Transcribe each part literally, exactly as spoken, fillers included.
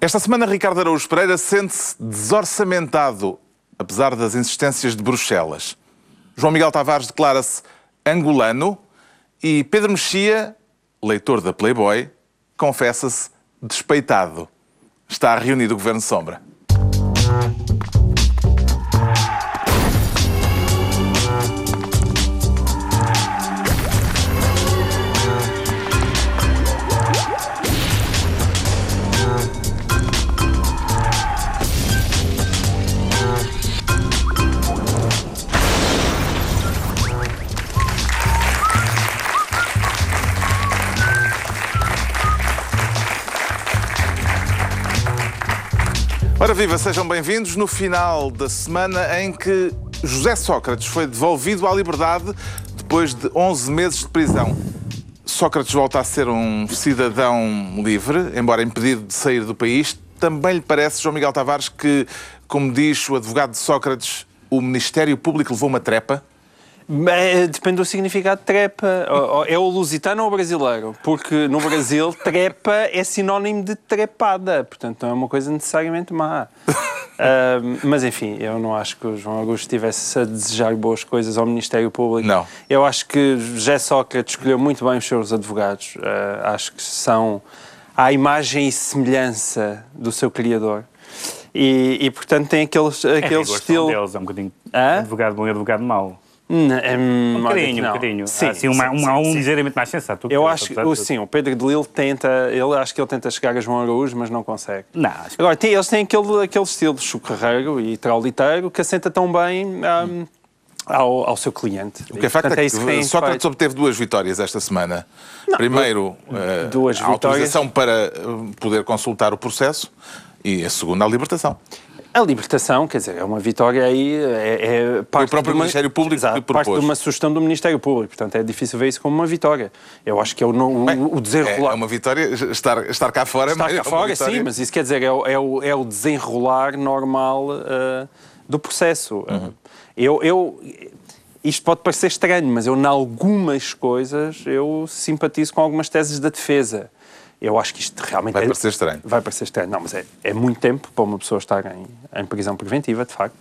Esta semana, Ricardo Araújo Pereira sente-se desorçamentado, apesar das insistências de Bruxelas. João Miguel Tavares declara-se angolano e Pedro Mexia, leitor da Playboy, confessa-se despeitado. Está reunido o Governo Sombra. Ora viva, sejam bem-vindos no final da semana em que José Sócrates foi devolvido à liberdade depois de onze meses de prisão. Sócrates volta a ser um cidadão livre, embora impedido de sair do país. Também lhe parece, João Miguel Tavares, que, como diz o advogado de Sócrates, o Ministério Público levou uma trepa? Depende do significado de trepa. É o lusitano ou o brasileiro? Porque no Brasil, trepa é sinónimo de trepada. Portanto, não é uma coisa necessariamente má. uh, mas, enfim, eu não acho que o João Augusto estivesse a desejar boas coisas ao Ministério Público. Não. Eu acho que José Sócrates escolheu muito bem os seus advogados. Uh, acho que são à imagem e semelhança do seu criador. E, e portanto, tem aqueles, aqueles é, estilo... deles, é um bocadinho ah? advogado bom e advogado mau. Não, um, um bocadinho, um bocadinho. Sim, assim, uma, sim, uma, sim, um sim. ligeiramente mais sensato. Eu acho que, o, sim, o Pedro de Lille tenta, ele, acho que ele tenta chegar a João Araújo, mas não consegue. Não, acho que... Agora, tem, eles têm aquele, aquele estilo chucarreiro e trauliteiro que assenta tão bem um, ao, ao seu cliente. O que é facto é que, é que Sócrates obteve duas vitórias esta semana. Não, Primeiro, duas uh, a autorização para poder consultar o processo e a segunda, a libertação. A libertação, quer dizer, é uma vitória aí, é, é parte o próprio de uma, Ministério Público exato, que propôs. parte de uma sugestão do Ministério Público, portanto é difícil ver isso como uma vitória. Eu acho que é o, o, Bem, o desenrolar... É uma vitória, estar, estar cá fora estar é cá fora, vitória. sim, mas isso quer dizer, é o, é o, é o desenrolar normal uh, do processo. Uhum. Uh, eu, eu, isto pode parecer estranho, mas eu, em algumas coisas, eu simpatizo com algumas teses da defesa. Eu acho que isto realmente... Vai é, parecer estranho. Vai parecer estranho. Não, mas é, é muito tempo para uma pessoa estar em, em prisão preventiva, de facto.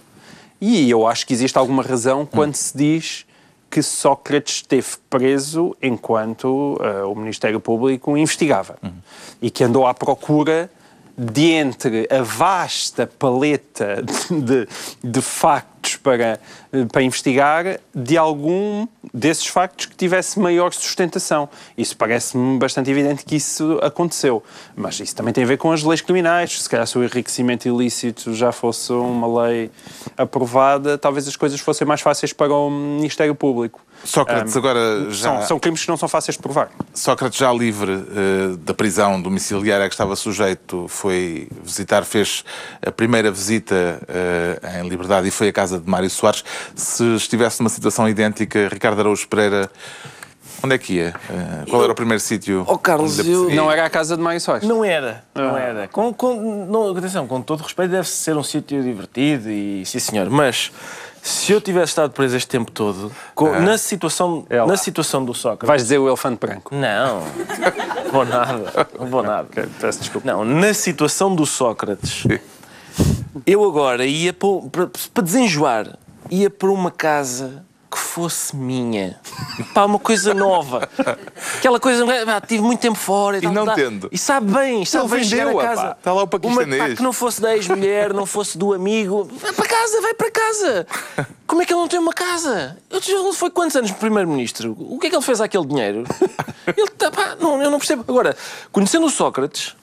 E eu acho que existe alguma razão quando hum. se diz que Sócrates esteve preso enquanto uh, o Ministério Público investigava. Hum. E que andou à procura de entre a vasta paleta de, de factos para, para investigar, de algum desses factos que tivesse maior sustentação. Isso parece-me bastante evidente que isso aconteceu. Mas isso também tem a ver com as leis criminais. Se calhar se o enriquecimento ilícito já fosse uma lei aprovada, talvez as coisas fossem mais fáceis para o Ministério Público. Sócrates um, agora já... São, são crimes que não são fáceis de provar. Sócrates já livre uh, da prisão domiciliária a que estava sujeito, foi visitar, fez a primeira visita uh, em liberdade e foi à casa de Mário Soares. Se estivesse numa situação idêntica, Ricardo Araújo Pereira, onde é que ia? Uh, qual eu... era o primeiro sítio? Oh, Carlos, eu... Não era a casa de Mário Soares? Não era, não ah. era. Com, com, não, atenção, com todo respeito, deve ser um sítio divertido e sim senhor, mas... Se eu tivesse estado preso este tempo todo, com, ah. na, situação, é na situação do Sócrates... Vais dizer o elefante branco? Não, não vou nada, não vou nada. Okay, peço desculpa. Não, na situação do Sócrates, eu agora ia, para, para, para desenjoar, ia para uma casa que fosse minha. Pá, uma coisa nova. Aquela coisa, pá, tive muito tempo fora. E, e tal, não tal, tendo. E sabe bem, sabe bem chegar a casa. Pá. Está lá o paquistanês. Uma, pá, que não fosse da ex-mulher, não fosse do amigo. Vai para casa, vai para casa. Como é que ele não tem uma casa? Ele foi quantos anos primeiro-ministro? O que é que ele fez àquele dinheiro? Ele tá, pá, não, eu não percebo. Agora, conhecendo o Sócrates,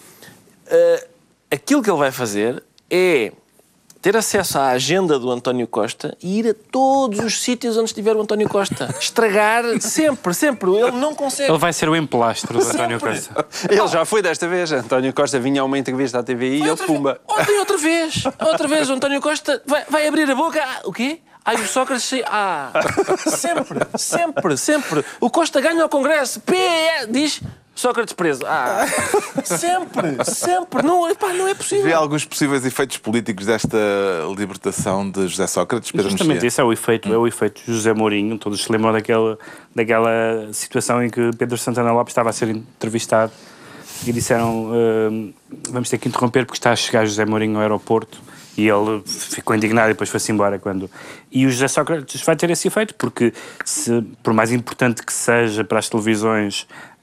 uh, aquilo que ele vai fazer é ter acesso à agenda do António Costa e ir a todos os sítios onde estiver o António Costa. Estragar sempre, sempre. Ele não consegue. Ele vai ser o emplastro do António Costa. Ele já foi desta vez. António Costa vinha a uma entrevista à T V I e ele pumba. Ontem outra vez. Outra vez o António Costa vai, vai abrir a boca. Ah, o quê? Ai, o Sócrates... Ah, sempre, sempre, sempre. O Costa ganha ao Congresso. P E diz... Sócrates preso. Ah, sempre, sempre. Não, epá, não é possível. Vê alguns possíveis efeitos políticos desta libertação de José Sócrates, Pedro Mexia? Justamente esse é o efeito, hum. é o efeito José Mourinho. Todos se lembram daquela, daquela situação em que Pedro Santana Lopes estava a ser entrevistado e disseram uh, vamos ter que interromper porque está a chegar José Mourinho ao aeroporto. E ele ficou indignado e depois foi-se embora. Quando... E o José Sócrates vai ter esse efeito, porque se, por mais importante que seja para as televisões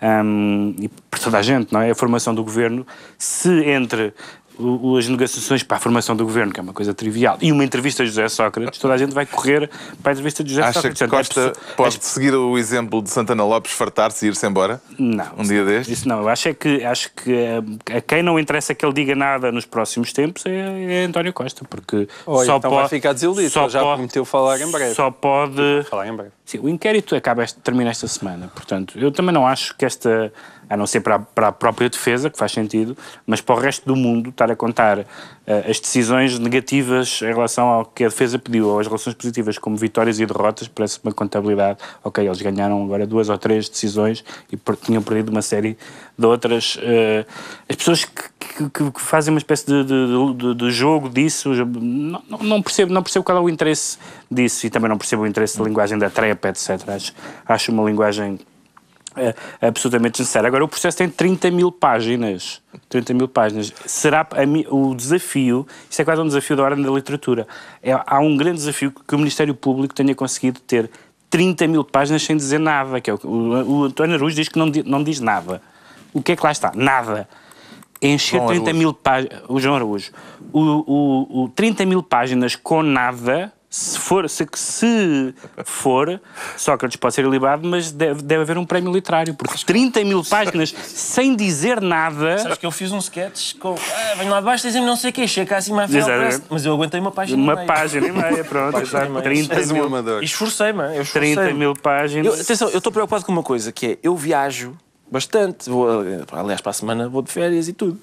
um, e para toda a gente, não é? A formação do governo, se entre o, as negociações para a formação do governo, que é uma coisa trivial, e uma entrevista de José Sócrates, toda a gente vai correr para a entrevista de José Acha Sócrates. que Costa Portanto, é pode é seguir o exemplo de Santana Lopes, fartar-se e ir-se embora? Não. Um dia destes? Isso não. Eu acho, é que, acho que a, a quem não interessa que ele diga nada nos próximos tempos é, é António Costa, porque Ou só então pode... vai ficar desiludido, só ele já pode- prometeu falar em breve. Só pode... Falar em breve. Sim, o inquérito acaba este, termina esta semana, portanto, eu também não acho que esta, a não ser para a, para a própria defesa, que faz sentido, mas para o resto do mundo, estar a contar uh, as decisões negativas em relação ao que a defesa pediu, ou as relações positivas como vitórias e derrotas, parece uma contabilidade. Ok, eles ganharam agora duas ou três decisões e per, tinham perdido uma série de outras. Uh, as pessoas que, que, que fazem uma espécie de, de, de, de jogo disso, não, não, não, percebo, não percebo qual é o interesse disso, e também não percebo o interesse da linguagem da trepa, etcétera. Acho, acho uma linguagem é, absolutamente necessária. Agora, o processo tem trinta mil páginas. trinta mil páginas. Será a mi, o desafio, isto é quase um desafio da ordem da literatura. É, há um grande desafio que o Ministério Público tenha conseguido ter trinta mil páginas sem dizer nada. Que é o, o, o António Araújo diz que não, não diz nada. O que é que lá está? Nada. Encher João trinta mil páginas... O João Araújo. O, o, o trinta mil páginas com nada... Se for, se, se for, Sócrates pode ser ilibado, mas deve, deve haver um prémio literário, porque trinta mil páginas sem dizer nada... Sabes que eu fiz um sketch com... Ah, venho lá de baixo, dizem-me não sei o quê, chega assim mais final, Exatamente. parece- mas eu aguentei uma página Uma e meia. página e meia, pronto. Página e exato. meia. trinta És um mil, amador. E esforcei-me, eu esforcei-me. trinta mil páginas. Eu, atenção, eu estou preocupado com uma coisa, que é, eu viajo bastante, vou, aliás, para a semana vou de férias e tudo.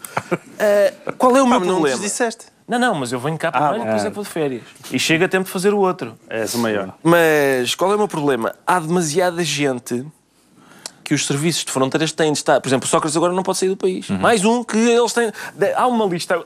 Ah, qual é o meu Pá, não problema? nos disseste. Não, não, mas eu venho cá primeiro e depois é que vou de férias. E chega a tempo de fazer o outro. És o maior. Mas qual é o meu problema? Há demasiada gente que os serviços de fronteiras têm de estar... Por exemplo, o Sócrates agora não pode sair do país. Mais um que eles têm... Há uma lista...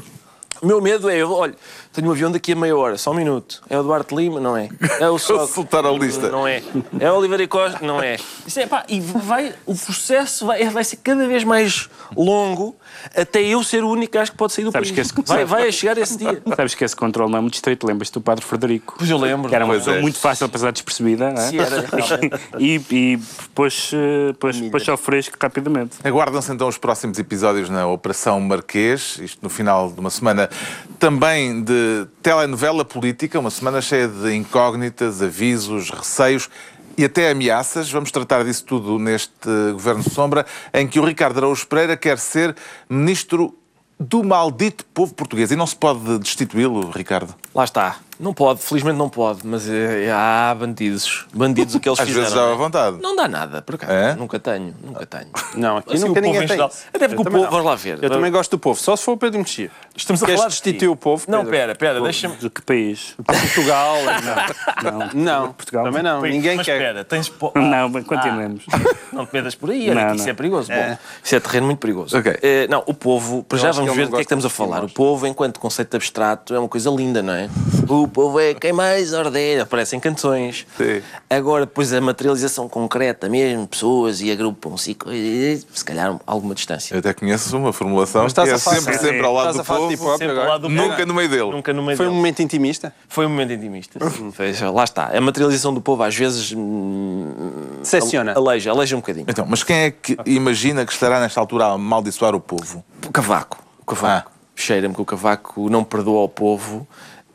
O meu medo é... Olha, tenho um avião daqui a meia hora, só um minuto. É o Duarte Lima? Não é. É o Sócrates? soltar a lista. Não é. É o Oliveira Costa? Não é. Isso é pá, e vai, o processo vai, vai ser cada vez mais longo até eu ser o único gajo que pode sair do Sabes país. que esse- vai, vai chegar esse dia. Sabes que esse controle não é muito estreito, lembras-te do Padre Frederico? Pois eu lembro. Que era uma Pois pessoa é. muito fácil de passar despercebida, não é? Sim, era. e, e pôs, eh, pôs, pôs ao fresco rapidamente. Aguardam-se então os próximos episódios na Operação Marquês, isto no final de uma semana também de telenovela política, uma semana cheia de incógnitas, avisos, receios e até ameaças. Vamos tratar disso tudo neste Governo Sombra, em que o Ricardo Araújo Pereira quer ser ministro do maldito povo português. E não se pode destituí-lo, Ricardo? Lá está. Não pode, felizmente não pode, mas é, é, há bandidos. Bandidos o que eles Às fizeram. vezes já não à é? vontade. Não dá nada, por acaso. É? Nunca tenho, nunca tenho. Não, aqui Assim, nunca o povo ninguém em tem geral- isso. Até porque Eu o também povo, não. vamos lá ver. Eu também gosto do povo, só se for Pedro Mexia. Estamos a Queres falar de destituir ti. o povo, Não, Pedro? pera, pera, deixa-me... De que país? Portugal. Não. Não, Portugal. também não. Ninguém Mas quer. espera, tens... po- Não, mas continuemos. Não te metas por aí, olha, Não, que isso não. é perigoso. Bom, isso é terreno muito perigoso. Ok. Eh, não, o povo, para já acho que vamos ele ver não do que é que gosta estamos a de falar. O estímulos. povo, enquanto conceito abstrato, é uma coisa linda, não é? O povo é quem mais ordena, aparecem canções. Sim. Agora, depois a materialização concreta mesmo, pessoas e agrupam-se e coisas, se calhar alguma distância. Eu até conheço uma formulação Mas que estás é a falar- sempre, Sim. sempre ao lado Estás do a falar de povo, hip-hop Sempre ao agora? lado do nunca povo. no meio dele. Nunca no meio Foi um dele. momento intimista? Foi um momento intimista. Veja, lá está. A materialização do povo às vezes hum, Decepciona. aleija, aleija um bocadinho. Então, mas quem é que imagina que estará nesta altura a amaldiçoar o povo? O Cavaco. O Cavaco. Cheira-me que o Cavaco não perdoa ao povo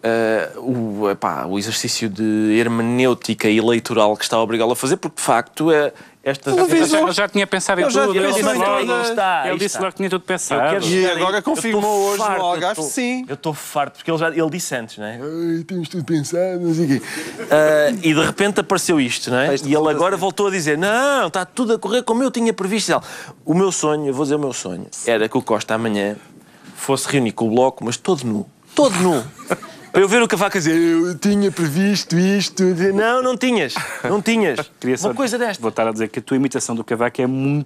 uh, o, epá, o exercício de hermenêutica eleitoral que está a obrigá-lo a fazer, porque de facto é esta... Ele já, ele já tinha pensado em Eu já tudo. tinha Ele disse pensado em logo, tudo. Está, ele aí disse está. logo que tinha tudo Eu pensado. quero E chegar aí. agora Eu estou confirmou hoje no farto, eu Algarve, estou- sim. Eu estou farto, porque ele, já, ele disse antes, não é? Ai, temos tudo pensado, não sei o quê. Ah, e de repente apareceu isto, não é? Este E ele foda-se. agora voltou a dizer, não, está tudo a correr como eu tinha previsto. e tal. O meu sonho, eu vou dizer o meu sonho, era que o Costa amanhã fosse reunir com o Bloco, mas todo nu. Todo nu. Para eu ver o Cavaco a dizer, eu tinha previsto isto. Não, não tinhas. Não tinhas. Queria só Uma coisa desta. voltar a dizer que a tua imitação do Cavaco é muito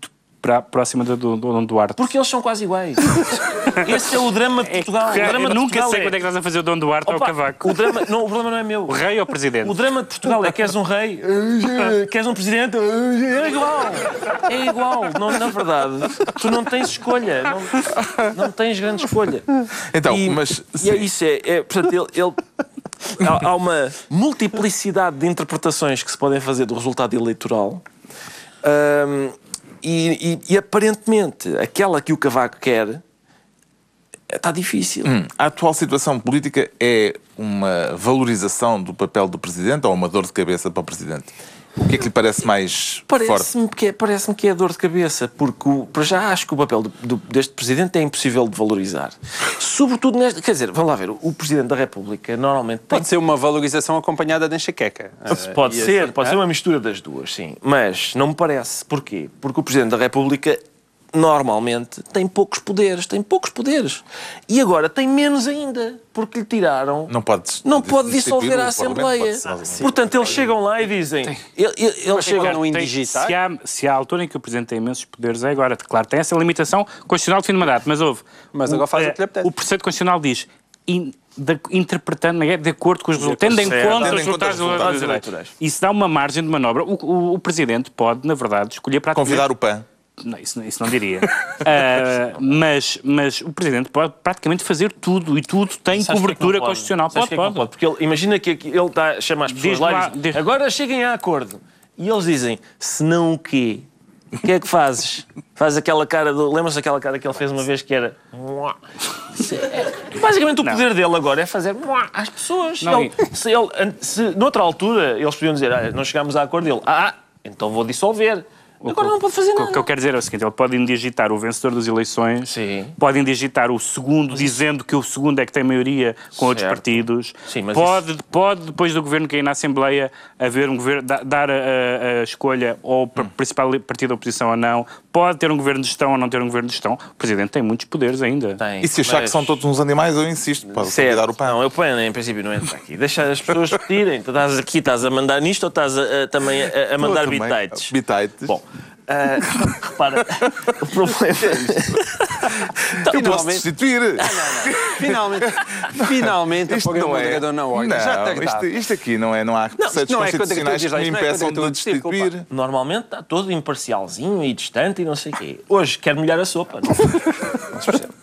pra, próxima do, do, do Duarte. Porque eles são quase iguais. Esse é o drama de Portugal. É, o drama eu de nunca Portugal sei é... quando é que estás a fazer o Dom Duarte ou o Cavaco. O, drama, não, o problema não é meu. O rei ou o presidente? O drama de Portugal é que és um rei, queres um presidente, é igual. É igual. Não, na verdade, tu não tens escolha. Não, não tens grande escolha. Então, e, mas... E é isso, é, é portanto, ele... ele há, há uma multiplicidade de interpretações que se podem fazer do resultado eleitoral. Hum, e, e, e aparentemente aquela que o Cavaco quer está difícil. Hum, a atual situação política é uma valorização do papel do Presidente ou uma dor de cabeça para o Presidente? O que é que lhe parece mais Parece-me forte? que, é, parece-me que é dor de cabeça, porque o, para já acho que o papel do, do, deste Presidente é impossível de valorizar. Sobretudo nesta... Quer dizer, vamos lá ver, o, o Presidente da República normalmente tem... Pode ser uma valorização acompanhada de enxaqueca. Pode Uh, ser, assim, pode é? ser uma mistura das duas, sim. Mas não me parece. Porquê? Porque o Presidente da República normalmente tem poucos poderes, tem poucos poderes. E agora tem menos ainda, porque lhe tiraram... Não pode, não pode destituir dissolver o a Assembleia. Parlamento, pode- Portanto, eles chegam lá e dizem... Ele, ele, eles chegam... não Tem- indigitar? se, há, se há a altura em que o Presidente tem imensos poderes é agora. Claro, tem essa limitação constitucional de fim de mandato, mas houve. Mas agora faz o eh, que lhe apetece. O preceito constitucional diz, in, de, interpretando, de acordo com os resultados, tendo em Certo. conta Tendo os em conta resultados os resultados eleitorais. Isso dá uma margem de manobra. O, o, o Presidente pode, na verdade, escolher para Convidar o P A N. Não, isso, isso não diria. uh, mas, mas o Presidente pode praticamente fazer tudo e tudo tem Sabes porque é que cobertura não pode? constitucional. Sabes Pode, porque é que não pode. Porque ele, imagina que aqui- ele está a chamar as pessoas Diz lá lá, e diz, diz- agora cheguem a acordo. E eles dizem, se não o quê? O que é que fazes? Faz aquela cara do... Lembras-se daquela cara que ele fez uma vez que era... É, basicamente o poder dele agora é fazer às pessoas. Não, Ele- se ele, se noutra altura eles podiam dizer, ah, não chegámos a acordo, ele, ah, então vou dissolver. Agora não pode fazer O nada. que eu quero dizer é o seguinte, ele pode indigitar o vencedor das eleições, Sim. pode indigitar o segundo, dizendo que o segundo é que tem maioria com outros Certo. partidos, Sim, mas pode, pode, depois do governo cair na Assembleia, haver um governo, da- dar a, a- a escolha ao pr- principal partido da oposição ou não, pode ter um governo de gestão ou não ter um governo de gestão. O Presidente tem muitos poderes ainda. Tem, E se achar mas- que são todos uns animais, eu insisto. Pode Certo. convidar o P A N. Não, eu ponho, em princípio não entra aqui. Deixa as pessoas discutirem. Tu estás aqui, estás a mandar nisto ou estás a, a- também a, a mandar Também, bitites? bitites. Bom, ah, repara, o problema eu posso destituir. Finalmente, finalmente, Isto apaguei o não é. moderador na ordem. Já Não, tardava. isto, isto aqui não é. Não há preceitos não é constitucionais que contraditório, me isto não é impeçam de contraditório, desculpa. destituir. normalmente está todo imparcialzinho e distante e não sei o quê. Hoje quer molhar a sopa. Não, não se percebe.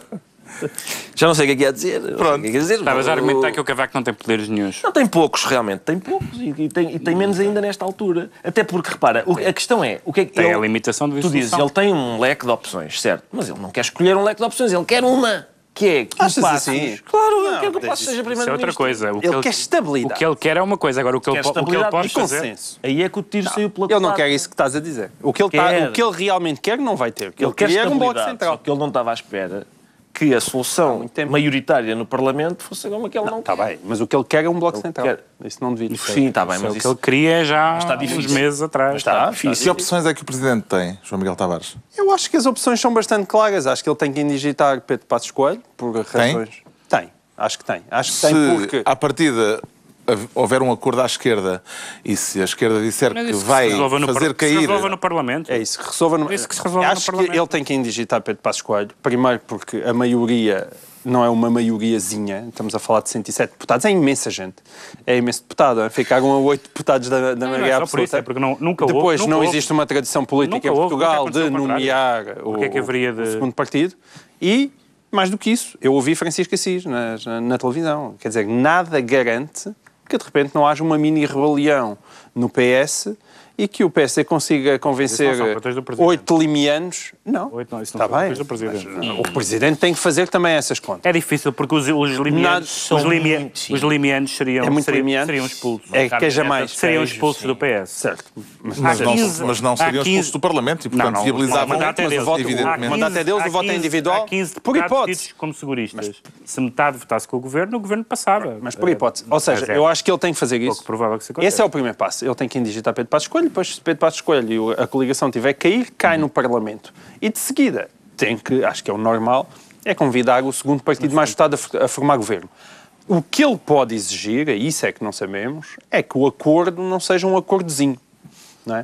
Já não sei o que é que ia dizer. Pronto. Que é dizer. Estavas a O- argumentar que o Cavaco não tem poderes nenhuns. Não, tem poucos, realmente. Tem poucos e, e tem, e tem menos ainda nesta altura. Até porque, repara, o- a questão é... O que é que Tem ele, a limitação de Tu dizes, dissolução. ele tem um leque de opções, certo? Mas ele não quer escolher um leque de opções, ele quer uma. Que é que Achas o Passos... assim? Claro, ele Não, quer que o mas Passos isso- seja Isso é outra primeiro-ministro. coisa. O que Ele quer estabilidade. O que ele quer é uma coisa. Agora, o que, ele, Quer po- o que ele estabilidade pode e fazer... consenso. Aí é que o tiro saiu pela Ele não culatra. quer isso que estás a dizer. O que ele, tá- Quer. o que ele realmente quer, não vai ter. O que Ele ele quer queria era um bloco estabilidade, central. só que ele não estava à espera que a solução tempo. maioritária no Parlamento fosse como aquela não, Está quer. bem, mas o que ele quer é um bloco central. quer. Isso não devia ser. Sim, está bem, Isso é mas o que isso... ele queria já está há uns difícil. meses atrás. Mas está Tá, difícil. Que opções é que o Presidente tem, João Miguel Tavares? Eu acho que as opções são bastante claras. Acho que ele tem que indigitar Pedro Passos Coelho, por razões... Tem? Acho que tem. Acho que Se tem porque... à partida hav- houver um acordo à esquerda e se a esquerda disser Mas que isso vai se resolva no par- fazer se cair... resolva no Parlamento. É isso, que resolva no... É isso que se resolve no Acho que Parlamento. ele tem que indigitar Pedro Passos Coelho. Primeiro porque a maioria não é uma maioriazinha. Estamos a falar de cento e sete deputados. É imensa gente. É imenso deputado. Ficaram a oito deputados da, da Não, não maioria é só por absoluta. isso, é porque não- nunca houve- Depois, nunca não houve. existe uma tradição política Nunca em houve. Portugal Porque é que de aconteceu o nomear o, Porque é que haveria de- o segundo partido. E, mais do que isso, eu ouvi Francisco Assis na, na televisão. Quer dizer, nada garante que de repente não haja uma mini rebelião no P S e que o P S consiga convencer Isso não são fatores do Presidente. oito limianos. Não, Oito não, isso não está são bem. fatores do Presidente. Mas, o Presidente tem que fazer também essas contas. É difícil porque os, os Nada- limianos, são os, limia- muito, sim. os limianos seriam, É muito seriam, limianos. seriam expulsos. É que haja mais. Seriam queijo, expulsos sim. do P S. Certo. Mas, Mas Há não, quinze mas não há seriam quinze expulsos do Parlamento e, Não, portanto, não, viabilizavam o mandato é mas deles. o voto, Há evidentemente. O mandato é deles, há o voto é quinze individual. Há quinze Por deputados hipótese. tidos como seguristas. Se metade votasse com o Governo, o Governo passava. Mas por hipótese. Ou seja, Mas é eu acho que ele tem que fazer pouco isso. provável que isso aconteça. Esse é o primeiro passo. Ele tem que indigitar Pedro Passos Coelho, depois se Pedro Passos Coelho e o- a coligação tiver que cair, cai no Parlamento. E de seguida, tem que, acho que é o normal, é convidar o segundo partido mais votado a, for- a formar governo. O que ele pode exigir, e isso é que não sabemos, é que o acordo não seja um acordozinho. Não é?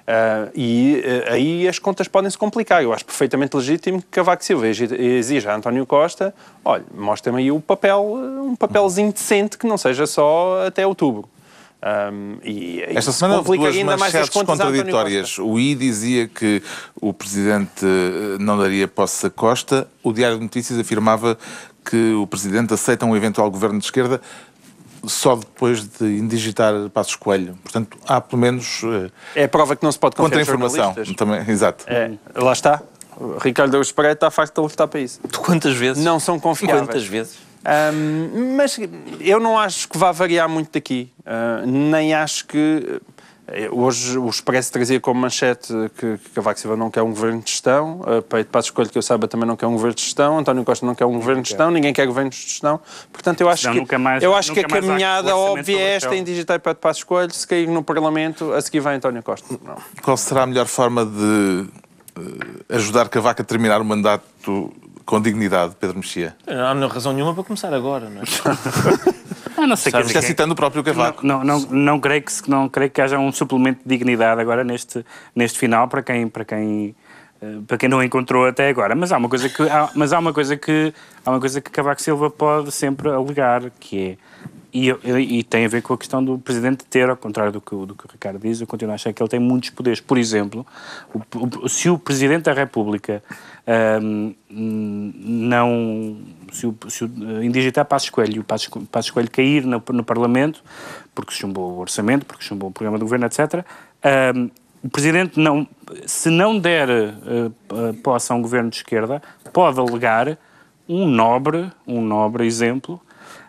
Uh, e uh, aí as contas podem se complicar. Eu acho perfeitamente legítimo que Cavaco Silva exija a António Costa, olha, mostra-me aí o papel, um papelzinho decente que não seja só até outubro. Um, e Esta semana houve duas manchetes contraditórias. O I dizia que o Presidente não daria posse a Costa. O Diário de Notícias afirmava que o Presidente aceita um eventual governo de esquerda só depois de indigitar Passos Coelho. Portanto, há pelo menos... É a prova que não se pode confiar contra informação. Também, exato. É, lá está. O Ricardo Araújo Pereira está farto de alertar para isso. Quantas vezes? Não são confiáveis. Quantas vezes? Um, mas eu não acho que vá variar muito daqui. Uh, nem acho que... Hoje o Expresso trazia como manchete que, que Cavaco Silva não quer um governo de gestão, uh, Pedro Passos Coelho, que eu saiba, também não quer um governo de gestão, António Costa não quer um governo de gestão, ninguém quer governos de gestão. Portanto, eu acho Senão, que, nunca mais, eu acho que a mais caminhada óbvia é esta, sobre em digitar Pedro Passos Coelho, se cair no Parlamento, a seguir vai António Costa. Não. Qual será a melhor forma de uh, ajudar Cavaco a terminar o mandato com dignidade, Pedro Mexia? Não há razão nenhuma para começar agora, não é? Ah, não sei, Está citando o próprio Cavaco. Não, não, não, não, creio que, não creio que haja um suplemento de dignidade agora neste, neste final para quem, para, quem, para quem não encontrou até agora. Mas há uma coisa que há, mas há uma coisa que há uma coisa que Cavaco Silva pode sempre alegar, que é e, e tem a ver com a questão do Presidente ter, ao contrário do que, do que o Ricardo diz, eu continuo a achar que ele tem muitos poderes. Por exemplo, o, o, se o Presidente da República um, não... Se o, se o indigitar Passos Coelho e o Passos, Passos Coelho cair no, no Parlamento, porque chumbou o orçamento, porque chumbou o programa do governo, etcétera, um, o Presidente, não, se não der uh, uh, posse a um governo de esquerda, pode alegar um nobre, um nobre exemplo,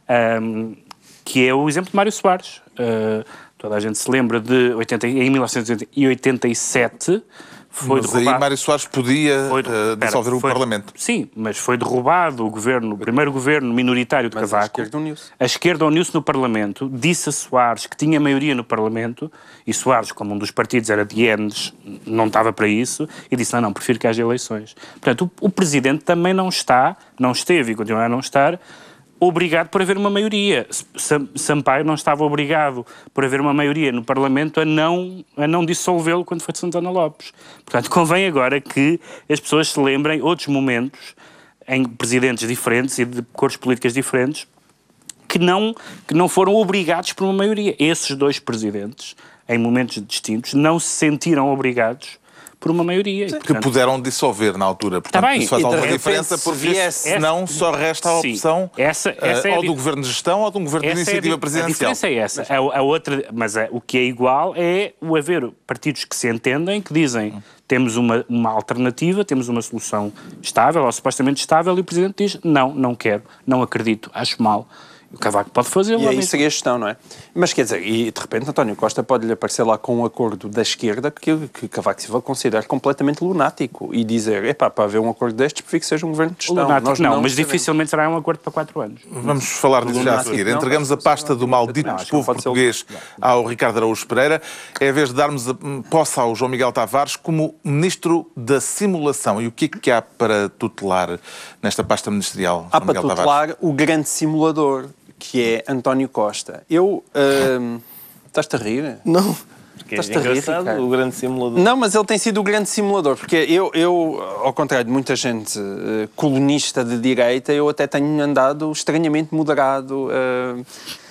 um, que é o exemplo de Mário Soares. Uh, toda a gente se lembra de oitenta, em mil novecentos e oitenta e sete... Foi mas derrubado. Aí Mário Soares podia foi, uh, dissolver pera, o foi, Parlamento. Sim, mas foi derrubado o governo, o primeiro governo minoritário de mas Cavaco. A esquerda uniu-se. A esquerda uniu-se no Parlamento, disse a Soares que tinha maioria no Parlamento, e Soares, como um dos partidos era de Endes, não estava para isso, e disse, não, não, prefiro que haja eleições. Portanto, o, o Presidente também não está, não esteve e continua a não estar, obrigado por haver uma maioria. Sampaio não estava obrigado por haver uma maioria no Parlamento a não, a não dissolvê-lo quando foi de Santana Lopes. Portanto, convém agora que as pessoas se lembrem outros momentos em presidentes diferentes e de cores políticas diferentes que não, que não foram obrigados por uma maioria. Esses dois presidentes, em momentos distintos, não se sentiram obrigados por uma maioria. E, portanto, que puderam dissolver na altura. Portanto, tá bem, isso faz alguma repente, diferença, se porque viesse, senão só resta a opção sim, essa, essa uh, é ou do governo de gestão ou de um governo de iniciativa é a, presidencial. A diferença é essa. A, a outra, mas a, o que é igual é o haver partidos que se entendem, que dizem hum. temos uma, uma alternativa, temos uma solução estável ou supostamente estável, e o Presidente diz não, não quero, não acredito, acho mal. O Cavaco pode fazê-lo. E aí seria a gestão, não é? Mas quer dizer, e de repente António Costa pode-lhe aparecer lá com um acordo da esquerda que, que Cavaco Silva considera completamente lunático e dizer, epá, para haver um acordo destes, prefiro que seja um governo de gestão. Lunático, Nós não, não mas sabemos. Dificilmente será um acordo para quatro anos. Vamos falar disso já a seguir. Não, Entregamos a pasta do maldito não, acho que povo pode ser o- português ao Ricardo Araújo Pereira. É a vez de darmos a posse ao João Miguel Tavares como Ministro da Simulação. E o que é que há para tutelar nesta pasta ministerial, Há João para Miguel Tavares? tutelar o grande simulador, que é António Costa. Eu... hum, estás-te a rir? Não. Estás-te a rir, Engraçado, Ricardo? o grande simulador. Não, mas ele tem sido o grande simulador, porque eu, eu ao contrário de muita gente uh, colunista de direita, eu até tenho andado estranhamente moderado, uh,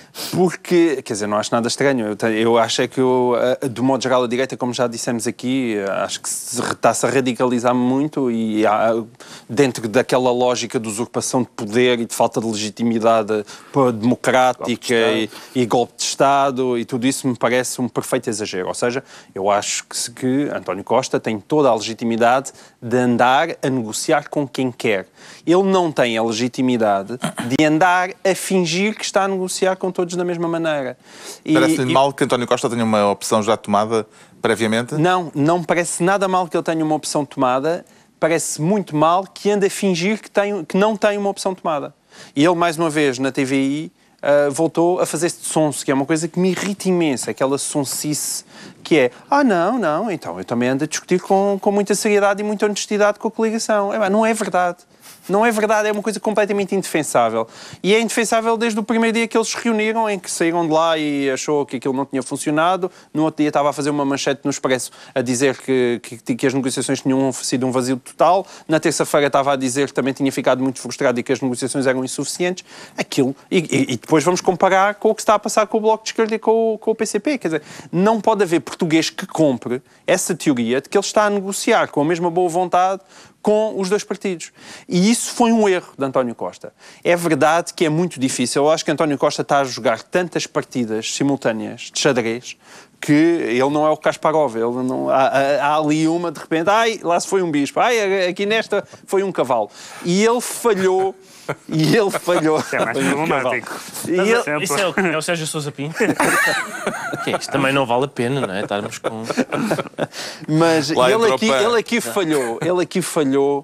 porque, quer dizer, não acho nada estranho, eu, te, eu acho é que, eu, uh, de modo geral, a direita, como já dissemos aqui, uh, acho que se, está-se a radicalizar muito e há, dentro daquela lógica de usurpação de poder e de falta de legitimidade uh, democrática e, e golpe de Estado e tudo isso me parece um perfeito exagero. Ou seja, eu acho que, que António Costa tem toda a legitimidade de andar a negociar com quem quer. Ele não tem a legitimidade de andar a fingir que está a negociar com todos da mesma maneira. E- Parece-lhe e- mal que António Costa tenha uma opção já tomada previamente? Não, não me parece nada mal que ele tenha uma opção tomada, parece muito mal que ande a fingir que, tem, que não tem uma opção tomada. E ele, mais uma vez, na T V I, uh, voltou a fazer-se de sonso, que é uma coisa que me irrita imenso, aquela sonsice que é, ah, não, não, então eu também ando a discutir com, com muita seriedade e muita honestidade com a coligação. É, não é verdade. Não é verdade, é uma coisa completamente indefensável. E é indefensável desde o primeiro dia que eles se reuniram, em que saíram de lá e achou que aquilo não tinha funcionado. No outro dia estava a fazer uma manchete no Expresso a dizer que, que, que as negociações tinham sido um vazio total. Na terça-feira estava a dizer que também tinha ficado muito frustrado e que as negociações eram insuficientes. Aquilo. E, e, e depois vamos comparar com o que está a passar com o Bloco de Esquerda e com o, com o P C P. Quer dizer, não pode haver português que compre essa teoria de que ele está a negociar com a mesma boa vontade com os dois partidos. E isso foi um erro de António Costa. É verdade que é muito difícil. Eu acho que António Costa está a jogar tantas partidas simultâneas de xadrez que ele não é o Kasparov. Ele não, há, há ali uma, de repente, ai, lá se foi um bispo, ai, aqui nesta foi um cavalo. E ele falhou. E ele falhou. É mais problemático. E ele... Isso é o, é o Sérgio Sousa Pinto? Que é, isto também não vale a pena, não é? Estarmos com... Mas Lá ele aqui, entrou ele aqui falhou. Ele aqui falhou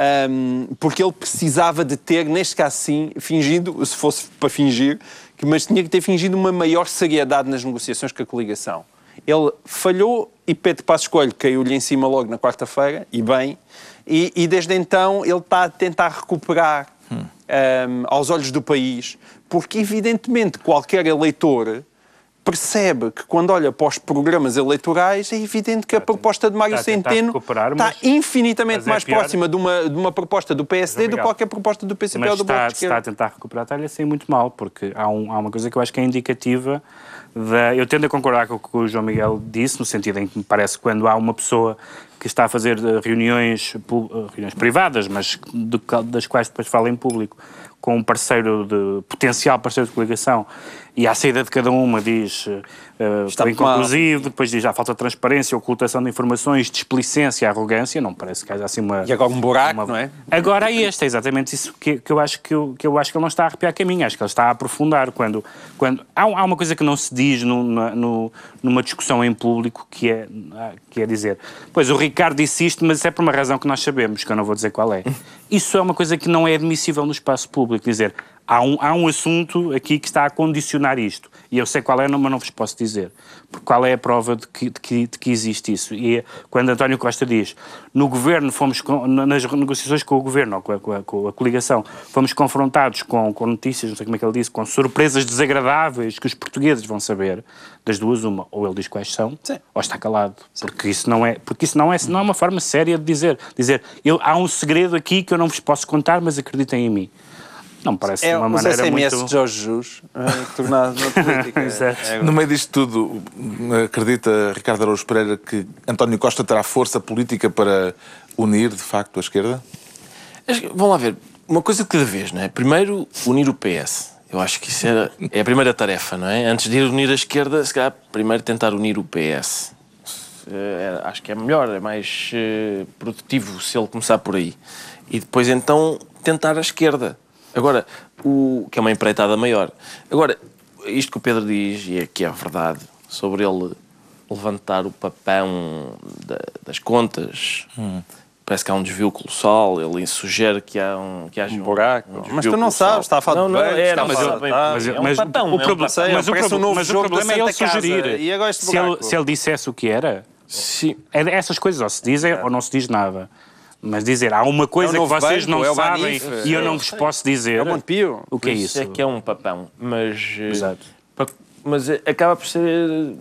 um, porque ele precisava de ter, neste caso sim, fingido, se fosse para fingir, mas tinha que ter fingido uma maior seriedade nas negociações com a coligação. Ele falhou e Pedro Passos Coelho caiu-lhe em cima logo na quarta-feira, e bem, e, e desde então ele está a tentar recuperar hum. um, aos olhos do país, porque evidentemente qualquer eleitor percebe que quando olha para os programas eleitorais é evidente que a proposta de Mário Centeno está infinitamente mais próxima de uma, de uma proposta do P S D do que qualquer proposta do P C P ou do Bloco de Esquerda. Está a tentar recuperar, está-lhe a sair muito mal, porque há, um, há uma coisa que eu acho que é indicativa da... Eu tendo a concordar com o que o João Miguel disse, no sentido em que me parece que quando há uma pessoa que está a fazer reuniões, reuniões privadas, mas de, das quais depois fala em público, com um parceiro de potencial parceiro de coligação, e à saída de cada uma diz uh, foi inconclusivo, depois diz já falta transparência, ocultação de informações, displicência, arrogância, não parece que haja assim uma... E agora um buraco, uma... não é? Agora é este, é exatamente isso que, que, eu acho que, eu, que eu acho que ele não está a arrepiar caminho, acho que ele está a aprofundar. Quando, quando... Há, há uma coisa que não se diz no, no, numa discussão em público, que é, que é dizer, pois o Ricardo disse isto, mas isso é por uma razão que nós sabemos, que eu não vou dizer qual é. Isso é uma coisa que não é admissível no espaço público, dizer... Há um, há um assunto aqui que está a condicionar isto. E eu sei qual é, mas não vos posso dizer. Porque qual é a prova de que, de que, de que existe isso? E é quando António Costa diz, no governo fomos, com, nas negociações com o governo, ou com a, com a, com a coligação, fomos confrontados com, com notícias, não sei como é que ele disse, com surpresas desagradáveis que os portugueses vão saber, das duas uma, ou ele diz quais são, Sim. ou está calado. Sim. Porque isso não é, porque isso não é, não é uma forma séria de dizer. Dizer, eu, há um segredo aqui que eu não vos posso contar, mas acreditem em mim. Não me parece é, uma maneira S M S muito... de Jorge Jesus, é, tornado na política. é, é... No meio disto tudo, acredita Ricardo Araújo Pereira que António Costa terá força política para unir, de facto, a esquerda? Vamos lá ver. Uma coisa de cada vez, não é? Primeiro, unir o P S. Eu acho que isso é, é a primeira tarefa, não é? Antes de ir unir a esquerda, se calhar, primeiro tentar unir o P S. É, acho que é melhor, é mais uh, produtivo se ele começar por aí. E depois, então, tentar a esquerda. Agora, o, que é uma empreitada maior. Agora, isto que o Pedro diz, e é que é verdade, sobre ele levantar o papão da, das contas, hum. parece que há um desvio colossal, ele sugere que há um, que haja um buraco. Um, um mas tu não colossal. Sabes, está a falar não, de não, bancos, é, não, mas, mas, eu, mas, mas, é um mas papão, o problema, é um mas, o, um mas o problema é ele sugerir. E agora este se, ele, se ele dissesse o que era, Sim. É, essas coisas ou se dizem é. ou não se diz nada. Mas dizer, há uma coisa é que vocês banco, não é sabem Banif, e eu não vos posso dizer. É o Montepio. O que é isso? É que é um papão, mas... Exato. Mas acaba por ser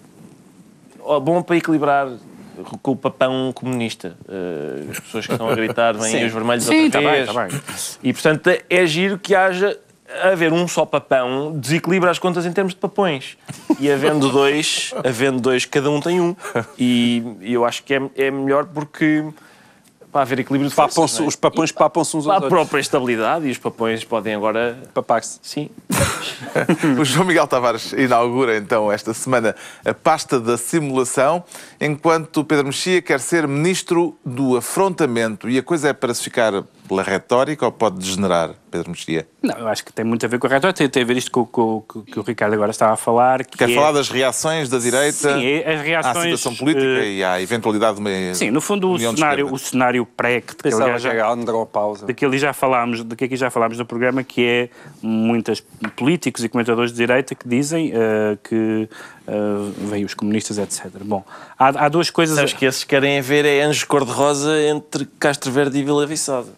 bom para equilibrar com o papão comunista. As pessoas que estão a gritar vêm os vermelhos Sim, outra tá vez. Bem, tá bem. E, portanto, é giro que haja... Haver um só papão desequilibra as contas em termos de papões. E havendo dois, havendo dois, cada um tem um. E eu acho que é, é melhor porque... Para haver equilíbrio de forças, é? Os papões papam-se uns aos outros. A própria estabilidade e os papões podem agora... Papar-se. Sim. O João Miguel Tavares inaugura então esta semana a pasta da simulação, enquanto Pedro Mexia quer ser ministro do afrontamento. E a coisa é para se ficar pela retórica ou pode degenerar, Pedro Mexia? Não, eu acho que tem muito a ver com a retórica. Tem, tem a ver isto com, com, com, que o Ricardo agora estava a falar. Que quer é... falar das reações da direita Sim, as reações, à situação política uh... e à eventualidade de uma... Sim, no fundo o cenário, o cenário pré que Pensava já, já pausa. de que ali já falámos, de que aqui já falámos no programa, que é muitos políticos e comentadores de direita que dizem uh, que uh, veio os comunistas, etcétera. Bom, há, há duas coisas... Sabes que esses querem ver é anjos cor-de-rosa entre Castro Verde e Vila Viçosa.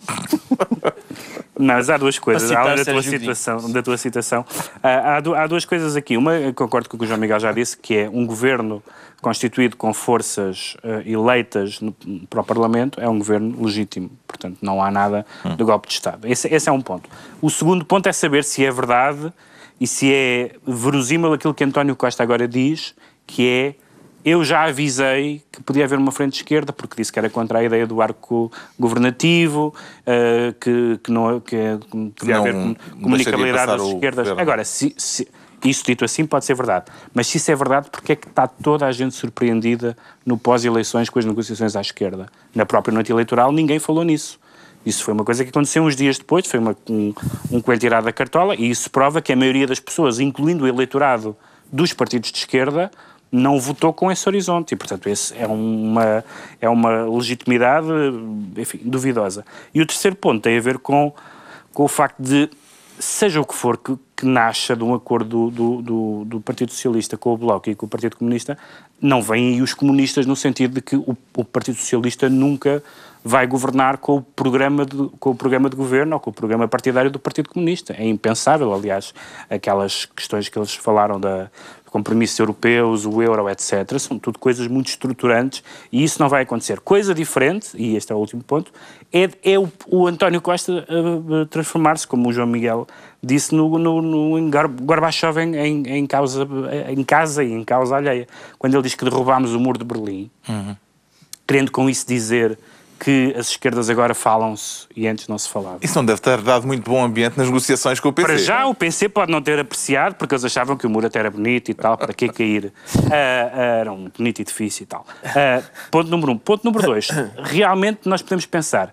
Mas há duas coisas, além da tua, Sérgio citação, da tua citação. Há, há, du- há duas coisas aqui. Uma, eu concordo com o que o João Miguel já disse, que é um governo constituído com forças uh, eleitas no, para o Parlamento, é um governo legítimo. Portanto, não há nada hum. de golpe de Estado. Esse, esse é um ponto. O segundo ponto é saber se é verdade e se é verosímil aquilo que António Costa agora diz, que é: eu já avisei que podia haver uma frente de esquerda, porque disse que era contra a ideia do arco governativo, uh, que, que, não, que, que podia não, haver comunicabilidade das esquerdas. Governo. Agora, se, se, isso dito assim pode ser verdade, mas se isso é verdade, porque é que está toda a gente surpreendida no pós-eleições com as negociações à esquerda? Na própria noite eleitoral ninguém falou nisso. Isso foi uma coisa que aconteceu uns dias depois, foi uma, um, um coelho tirado da cartola, e isso prova que a maioria das pessoas, incluindo o eleitorado dos partidos de esquerda, não votou com esse horizonte, e portanto esse é uma, é uma legitimidade, enfim, duvidosa. E o terceiro ponto tem a ver com, com o facto de, seja o que for que, que nasça de um acordo do, do, do Partido Socialista com o Bloco e com o Partido Comunista, não vêm aí os comunistas no sentido de que o, o Partido Socialista nunca vai governar com o, programa de, com o programa de governo ou com o programa partidário do Partido Comunista. É impensável, aliás, aquelas questões que eles falaram da compromissos europeus, o euro, etcétera, são tudo coisas muito estruturantes e isso não vai acontecer. Coisa diferente, e este é o último ponto, é, é o, o António Costa uh, transformar-se, como o João Miguel disse, no, no, no em Gorbachev em, em, em, causa, em casa e em causa alheia. Quando ele diz que derrubámos o muro de Berlim, uhum. querendo com isso dizer que as esquerdas agora falam-se e antes não se falava. Isso não deve ter dado muito bom ambiente nas negociações com o P C. Para já o P C pode não ter apreciado, porque eles achavam que o muro até era bonito e tal, para que cair? Uh, uh, era um bonito edifício e tal. Uh, ponto número um. Ponto número dois. Realmente nós podemos pensar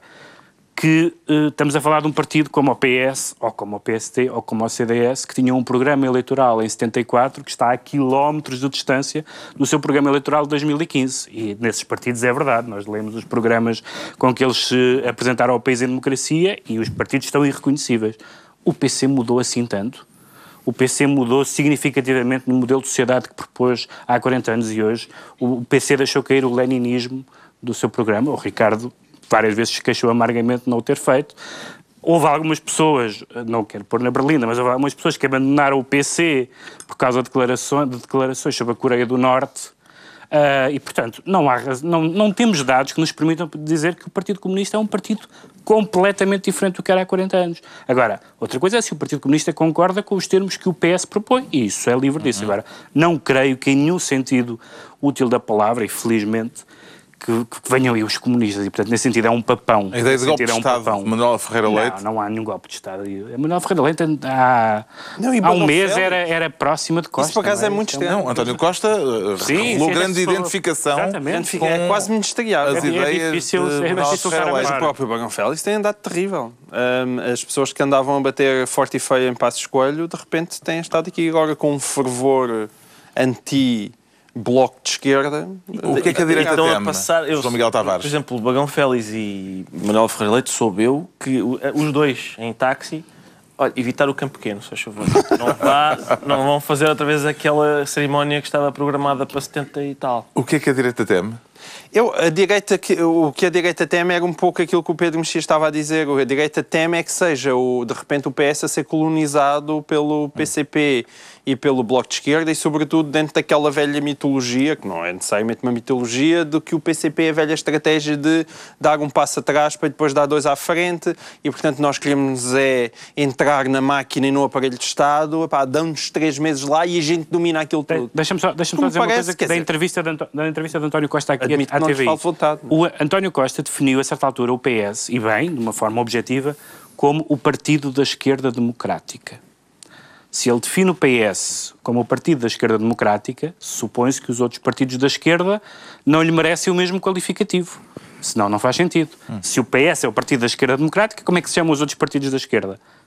que uh, estamos a falar de um partido como o P S, ou como o P S T, ou como o C D S, que tinha um programa eleitoral em setenta e quatro que está a quilómetros de distância do seu programa eleitoral de dois mil e quinze. E nesses partidos é verdade, nós lemos os programas com que eles se apresentaram ao país em democracia e os partidos estão irreconhecíveis. O P C mudou assim tanto? O P C mudou significativamente no modelo de sociedade que propôs há quarenta anos e hoje o P C deixou cair o leninismo do seu programa. O Ricardo várias vezes se queixou amargamente de não o ter feito. Houve algumas pessoas, não quero pôr na berlinda, mas houve algumas pessoas que abandonaram o P C por causa de declarações, de declarações sobre a Coreia do Norte. Uh, e, portanto, não, há, não, não temos dados que nos permitam dizer que o Partido Comunista é um partido completamente diferente do que era há quarenta anos. Agora, outra coisa é se o Partido Comunista concorda com os termos que o P S propõe, e isso é livre disso. Uhum. Agora, não creio que em nenhum sentido útil da palavra, e felizmente, Que, que venham aí os comunistas, e portanto nesse sentido é um papão. A ideia de golpe de Estado de Manuel Ferreira Leite? Não, não há nenhum golpe de Estado. A Manuel Ferreira Leite há, não, há um mês era, era próxima de Costa. Isso por acaso é, é muito estranho. Não, António Costa revelou grande identificação. Exatamente. Com é quase ministerial. As é, ideias é difícil, de é difícil estar a Mas o próprio Bagão Félix tem andado terrível. Um, as pessoas que andavam a bater forte e feio em Passos Coelho, de repente têm estado aqui agora com um fervor anti- bloco de esquerda. O que é que a direita então, teme? A passar, eu, João Miguel Tavares. Por exemplo, Bagão Félix e Manuel Ferreira Leite soube eu que os dois em táxi, olha, evitar o campo pequeno, se faz favor. Não, vá, não vão fazer outra vez aquela cerimónia que estava programada para setenta e tal. O que é que a direita teme? Eu, a direita, o que a direita teme era um pouco aquilo que o Pedro Mexia estava a dizer. A direita teme é que seja, o, de repente, o P S a ser colonizado pelo P C P e pelo Bloco de Esquerda e, sobretudo, dentro daquela velha mitologia, que não é necessariamente uma mitologia, de que o P C P é a velha estratégia de dar um passo atrás para depois dar dois à frente e, portanto, nós queremos é entrar na máquina e no aparelho de Estado, dão-nos três meses lá e a gente domina aquilo tudo. Deixa-me só, deixa-me só dizer uma coisa que da entrevista de, Anto, da entrevista de António Costa aqui à T V I. O António Costa definiu, a certa altura, o P S, e bem, de uma forma objetiva, como o Partido da Esquerda Democrática. Se ele define o P S como o Partido da Esquerda Democrática, supõe-se que os outros partidos da esquerda não lhe merecem o mesmo qualificativo. Senão não faz sentido. Hum. Se o P S é o Partido da Esquerda Democrática, como é que se chamam os outros partidos da esquerda?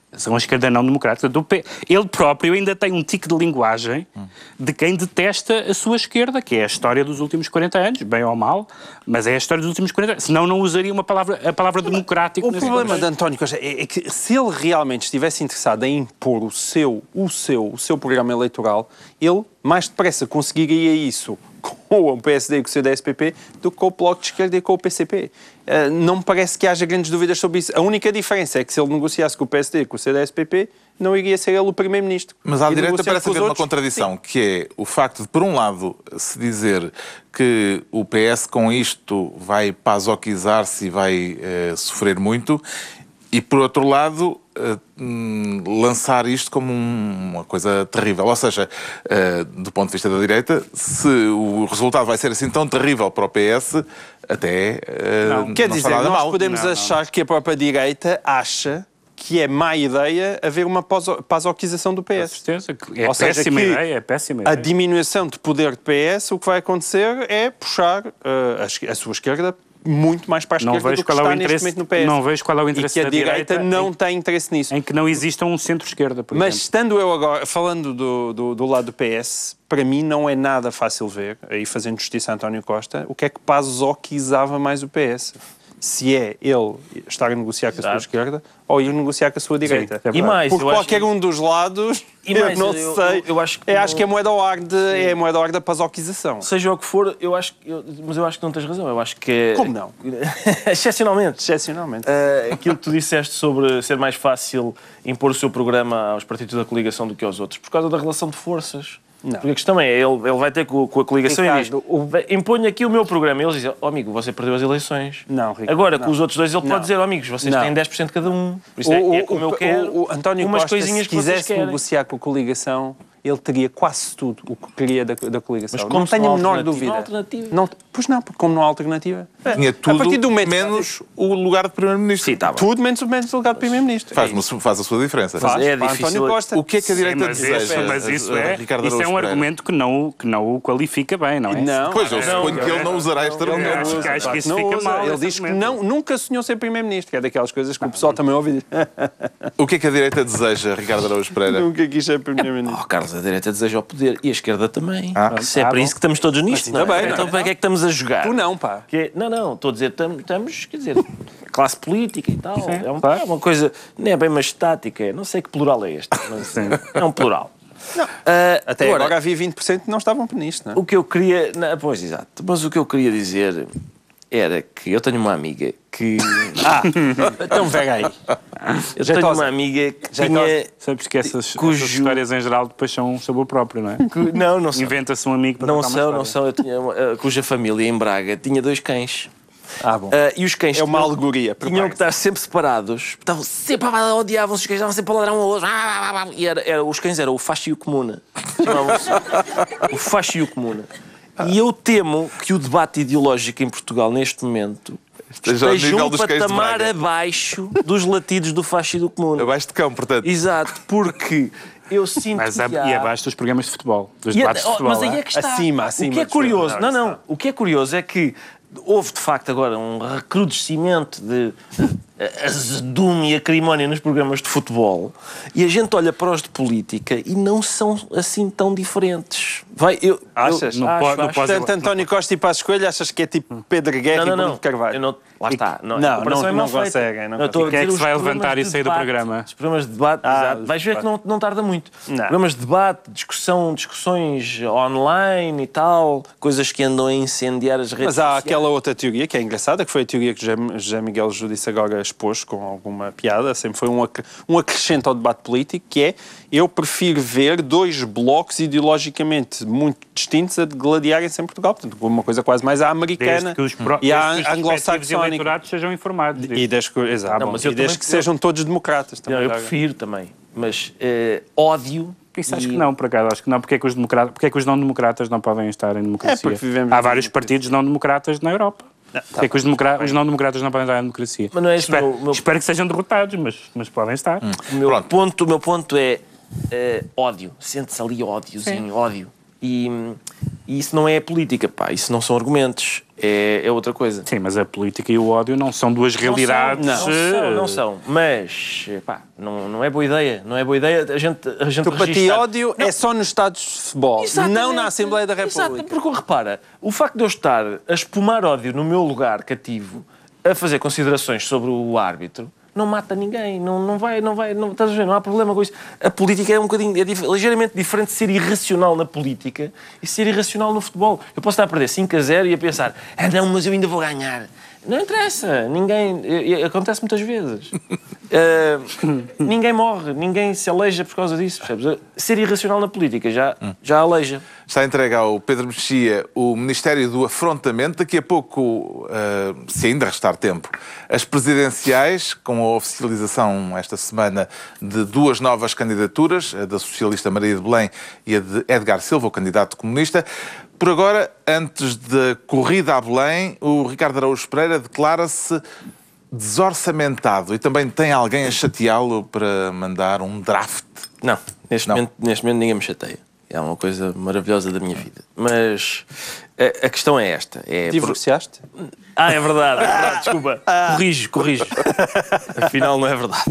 São a esquerda não democrática. Do P... Ele próprio ainda tem um tique de linguagem de quem detesta a sua esquerda, que é a história dos últimos quarenta anos, bem ou mal, mas é a história dos últimos quarenta anos. Senão não usaria uma palavra, a palavra democrático. O problema de António Costa é, é que se ele realmente estivesse interessado em impor o seu, o seu, o seu programa eleitoral, ele mais depressa conseguiria isso com o P S D e com o C D S P P do que com o Bloco de Esquerda e com o P C P. Uh, não me parece que haja grandes dúvidas sobre isso. A única diferença é que se ele negociasse com o P S D e com o C D S P P, não iria ser ele o primeiro-ministro. Mas à e direita parece haver uma outros, contradição, sim. que é o facto de, por um lado, se dizer que o P S com isto vai pasoquizar-se e vai uh, sofrer muito, e, por outro lado, uh, hum, lançar isto como um, uma coisa terrível. Ou seja, uh, do ponto de vista da direita, se o resultado vai ser assim tão terrível para o P S, até uh, não, quer não dizer, nada nós mal. podemos não, achar não. que a própria direita acha que é má ideia haver uma pasoquização do P S. Com certeza. É Ou seja, péssima que ideia, é péssima a ideia. diminuição de poder do P S, o que vai acontecer é puxar uh, a, a sua esquerda muito mais para a Não esquerda vejo do que qual é o está neste interesse- momento no P S. não vejo qual é o interesse e que a da direita, direita não em- tem interesse nisso. Em que não exista um centro-esquerda, por Mas exemplo. estando eu agora, falando do, do, do lado do P S, para mim não é nada fácil ver, aí fazendo justiça a António Costa, o que é que pasoquizava mais o P S. Se é ele estar a negociar com a sua Exato. esquerda ou ir negociar com a sua direita. é verdade. E mais, Porque eu acho qualquer que- um dos lados, E eu mais, não eu- sei. eu- eu acho que é, não- acho que é moeda ao ar, de, é moeda ao ar da pasoquização. Seja o que for, eu acho que... eu- mas eu acho que não tens razão. Eu acho que é... Como não? Excepcionalmente. Excepcionalmente. Uh, aquilo que tu disseste sobre ser mais fácil impor o seu programa aos partidos da coligação do que aos outros, por causa da relação de forças. Não. Porque a questão é, ele, ele vai ter com, com a coligação e diz, Ricardo, o- imponho aqui o meu programa. E eles dizem, oh amigo, você perdeu as eleições. Não, Ricardo, Agora, não. com os outros dois, ele Não. pode dizer, oh amigos, vocês Não. têm dez por cento cada um. Por isso é, é como eu quero, o, o António umas Costa, coisinhas se que vocês quisesse querem. negociar com a coligação, ele teria quase tudo o que queria da, da coligação. Mas como não se não tenho há a menor alternativa? dúvida. Não há alternativa. Não, pois não, porque como não há alternativa. Tinha a tudo, partir do momento menos o lugar de primeiro-ministro. Sim, tá bem. Tudo menos o menos o lugar do primeiro-ministro. Faz, É isso. faz a sua diferença. Faz, é para difícil. António Costa. O que é que a Sim, direita mas deseja? isso, mas isso é, Ricardo isso é Araújo um Pereira? argumento que não, que não o qualifica bem, não é? Não. Pois, eu Não, suponho não, que ele não, não usará este Eu argumento. acho que, acho que isso Não fica usa. mal. Ele esse diz que argumento. não, nunca sonhou ser primeiro-ministro, que é daquelas coisas que o pessoal também ouve. O que é que a direita deseja, Ricardo Araújo Pereira? Nunca quis ser primeiro-ministro. Oh, Carlos, a direita deseja o poder e a esquerda também. Ah. Se é Ah, para bom. isso que estamos todos nisto, ainda não é? bem, não é? Então para que é que estamos a jogar? Tu não, pá. Que é- não, não, estou a dizer, tam- estamos, quer dizer, classe política e tal. é, um- claro. é uma coisa, não é bem uma estática, é- não sei que plural é este, mas é um plural. Ah, Até agora, havia vinte por cento que não estavam nisto, não é? o que eu queria. Não, pois, exato. Mas o que eu queria dizer era que eu tenho uma amiga que. Ah, então vega aí. Eu Já tenho tosa. uma amiga que Já tinha. Sabes que essas, Cujo- essas histórias em geral depois são sobre o próprio, não é? que- não, não são. Inventa-se um amigo para Não contar uma são, não história. são. Eu tinha uma, ah, cuja família em Braga tinha dois cães. Ah, bom. Ah, e os cães É uma tinham- alegoria, Tinham prepare-se. que estar sempre separados. Estavam sempre a odiavam-se, os cães estavam sempre a ladrar um ao outro. E era, era, os cães eram o Facho e o Comuna. Chamavam-se o Facho e o Comuna. E eu temo que o debate ideológico em Portugal, neste momento, Esteja ao esteja nível um dos cães de patamar Braga. abaixo dos latidos do Facho e do Comuna. Abaixo de cão, portanto. Exato, porque eu sinto Mas a, que há... e abaixo dos programas de futebol, dos E a- debates de oh, futebol. mas aí é? é que está. Acima, O acima que é dos curioso, jogadores, não, não. O que é curioso é que houve de facto agora um recrudescimento de eh, azedume e acrimónia nos programas de futebol e a gente olha para os de política e não são assim tão diferentes. Vai, eu, Achas? Eu, Não acho, pode- não acho. pode- Portanto, António Costa e Passos Coelho, achas que é tipo Pedro Guerra Não, não, e Bruno não. de Carvalho? Eu não, lá está. Não, Não, a comparação não- é mal não feita. conseguem, não Eu estou a conseguem. Quem é que dizer se vai os levantar programas e de sair do debate. programa? Os programas de debate, Ah, exato. os Vais ver que não, não tarda muito. Não. Programas de debate, discussão, discussões online e tal, coisas que andam a incendiar as redes Mas há sociais. aquela outra teoria que é engraçada, que foi a teoria que José, José Miguel Judice agora expôs com alguma piada, sempre foi um, ac- um acrescente ao debate político, que é, eu prefiro ver dois blocos ideologicamente muito distintos a gladiarem-se em Portugal. Portanto, uma coisa quase mais à americana Desde que os, pro, e à desde que os respectivos anglo-saxónica. eleitorados sejam informados disso. E desde que, exato, Não, mas eu e desde também- que sejam todos democratas. Não, Também eu já- prefiro também. Mas eh, ódio... Isso acho e- que não, por acaso. Acho que não. Porque é que os, democratas, porque é que os não-democratas não podem estar em democracia? É porque vivemos Há em vários democracia. partidos não-democratas na Europa. Porque é que os, democra- os não-democratas não podem estar em democracia? Mas não é esse espero, o meu- meu- espero que sejam derrotados, mas, mas podem estar. O meu, Pronto. ponto, o meu ponto é eh, ódio. Sente-se ali ódiozinho, ódio. E, E isso não é política, pá. Isso não são argumentos. É, é outra coisa. Sim, mas a política e o ódio não são duas realidades. Não são, não são, não são. Mas, pá, não, não é boa ideia. Não é boa ideia a gente, a gente Tu, para ti, registar... ódio não. É só nos Estados de futebol, Exatamente. não na Assembleia da República. Exato, porque repara, o facto de eu estar a espumar ódio no meu lugar cativo, a fazer considerações sobre o árbitro, não mata ninguém, não, não vai, não vai, não, estás a ver, não há problema com isso. A política é um bocadinho, é dif, ligeiramente diferente de ser irracional na política e ser irracional no futebol. Eu posso estar a perder cinco a zero e a pensar, ah não, mas eu ainda vou ganhar. Não interessa, ninguém, acontece muitas vezes. Uh, ninguém morre, ninguém se aleija por causa disso, percebes? Ser irracional na política já, já aleija. Está entregue ao Pedro Mexia o Ministério do Afrontamento. Daqui a pouco, uh, se ainda restar tempo, as presidenciais, com a oficialização esta semana de duas novas candidaturas, a da socialista Maria de Belém e a de Edgar Silva, o candidato comunista. Por agora, antes da corrida a Belém, o Ricardo Araújo Pereira declara-se desorçamentado e também tem alguém a chateá-lo para mandar um draft. Não, neste, Não. Momento, neste momento ninguém me chateia. É uma coisa maravilhosa da minha vida. Mas a, a questão é esta. É Divorciaste? Por... Ah, é verdade, é verdade, desculpa. Corrijo, corrijo. Afinal, não é verdade.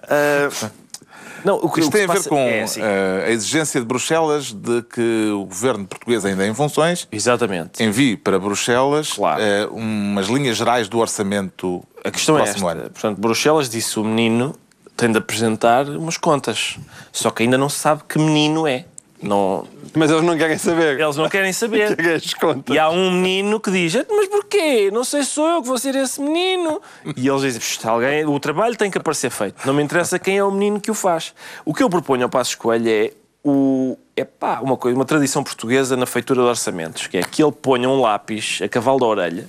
Uh... Não, o que, Isto o que tem a ver passa... com é assim. uh, a exigência de Bruxelas de que o governo português, ainda em funções, Exatamente. envie para Bruxelas Claro. uh, umas linhas gerais do orçamento A questão do é próximo esta. ano. Portanto, Bruxelas disse o menino tem de apresentar umas contas. Só que ainda não se sabe que menino é. Não... Mas eles não querem saber. Eles não querem saber. As contas. E há um menino que diz, mas porquê? Não sei se sou eu que vou ser esse menino. E eles dizem, alguém, o trabalho tem que aparecer feito. Não me interessa quem é o menino que o faz. O que eu proponho ao Passos Coelho é, o, é pá, uma, coisa, uma tradição portuguesa na feitura de orçamentos, que é que ele ponha um lápis a cavalo da orelha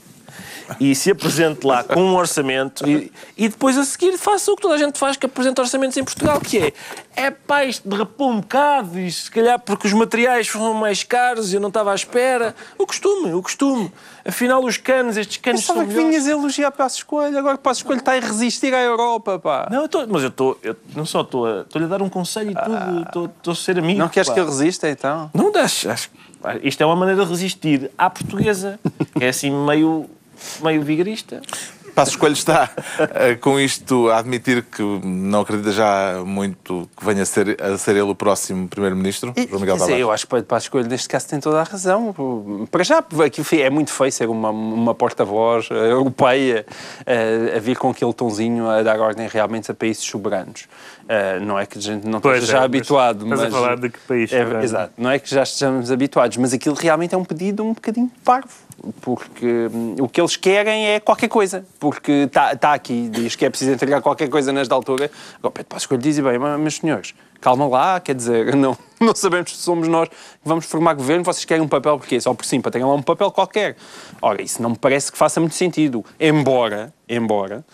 e se apresente lá com um orçamento e, e depois a seguir faça o que toda a gente faz que apresenta orçamentos em Portugal, que é é pá, isto derrapou um bocado e se calhar porque os materiais foram mais caros e eu não estava à espera. O costume, o costume. Afinal, os canos, estes canos Pensava são que melhores. vinhas elogiar Passos Coelho, agora Passos Coelho está a resistir à Europa, pá. Não, eu tô, mas eu estou, não só estou a, estou-lhe a dar um conselho e tudo, estou, estou a ser amigo. Não queres pá. que ele resista, então? Não das, acho, isto é uma maneira de resistir à portuguesa, que é assim meio... meio vigarista. Passos Coelho está uh, com isto a admitir que não acredita já muito que venha a ser, a ser ele o próximo Primeiro-Ministro, João Miguel Dizer, Tavares. eu acho que Passos Coelho neste caso tem toda a razão. Para já, aqui é muito feio ser uma, uma porta-voz uh, europeia uh, a vir com aquele tonzinho a dar ordem realmente a países soberanos. Uh, não é que a gente não Pois esteja já é, habituado, mas... mas... Estás a falar de que país? É, exato. Não é que já estejamos habituados, mas aquilo realmente é um pedido um bocadinho parvo. Porque hum, o que eles querem é qualquer coisa. Porque está tá aqui, diz que é preciso entregar qualquer coisa nesta altura. Agora, Pedro Passos Coelho diz, bem, meus senhores, calma lá, quer dizer, não, não sabemos se somos nós que vamos formar governo, vocês querem um papel porquê? Só por sim, para terem lá um papel qualquer. Ora, isso não me parece que faça muito sentido. Embora, embora,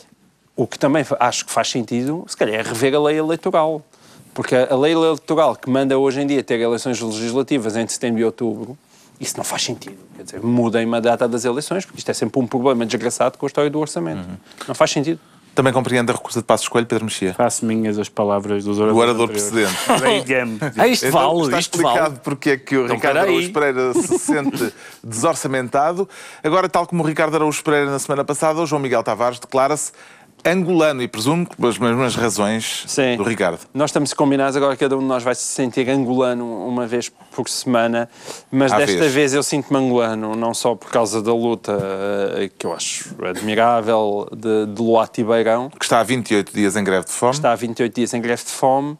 o que também acho que faz sentido, se calhar, é rever a lei eleitoral. Porque a lei eleitoral que manda hoje em dia ter eleições legislativas entre setembro e outubro, isso não faz sentido. Quer dizer, mudem-me a data das eleições, porque isto é sempre um problema desgraçado com a história do orçamento. Uhum. Não faz sentido. Também compreende a recusa de Passos Coelho, Pedro Mexia? Faço minhas as palavras dos oradores. O orador precedente. Ah, isto Então, vale, está isto explicado vale. porque é que o Então, Ricardo peraí. Araújo Pereira se sente desorçamentado. Agora, tal como o Ricardo Araújo Pereira na semana passada, o João Miguel Tavares declara-se angolano e presumo que pelas mesmas razões Sim. do Ricardo. Nós estamos combinados, agora cada um de nós vai se sentir angolano uma vez por semana, mas À desta vez. vez eu sinto-me angolano, não só por causa da luta eh, que eu acho admirável de, de Luati Beirão, Que está há vinte e oito dias em greve de fome. está há vinte e oito dias em greve de fome,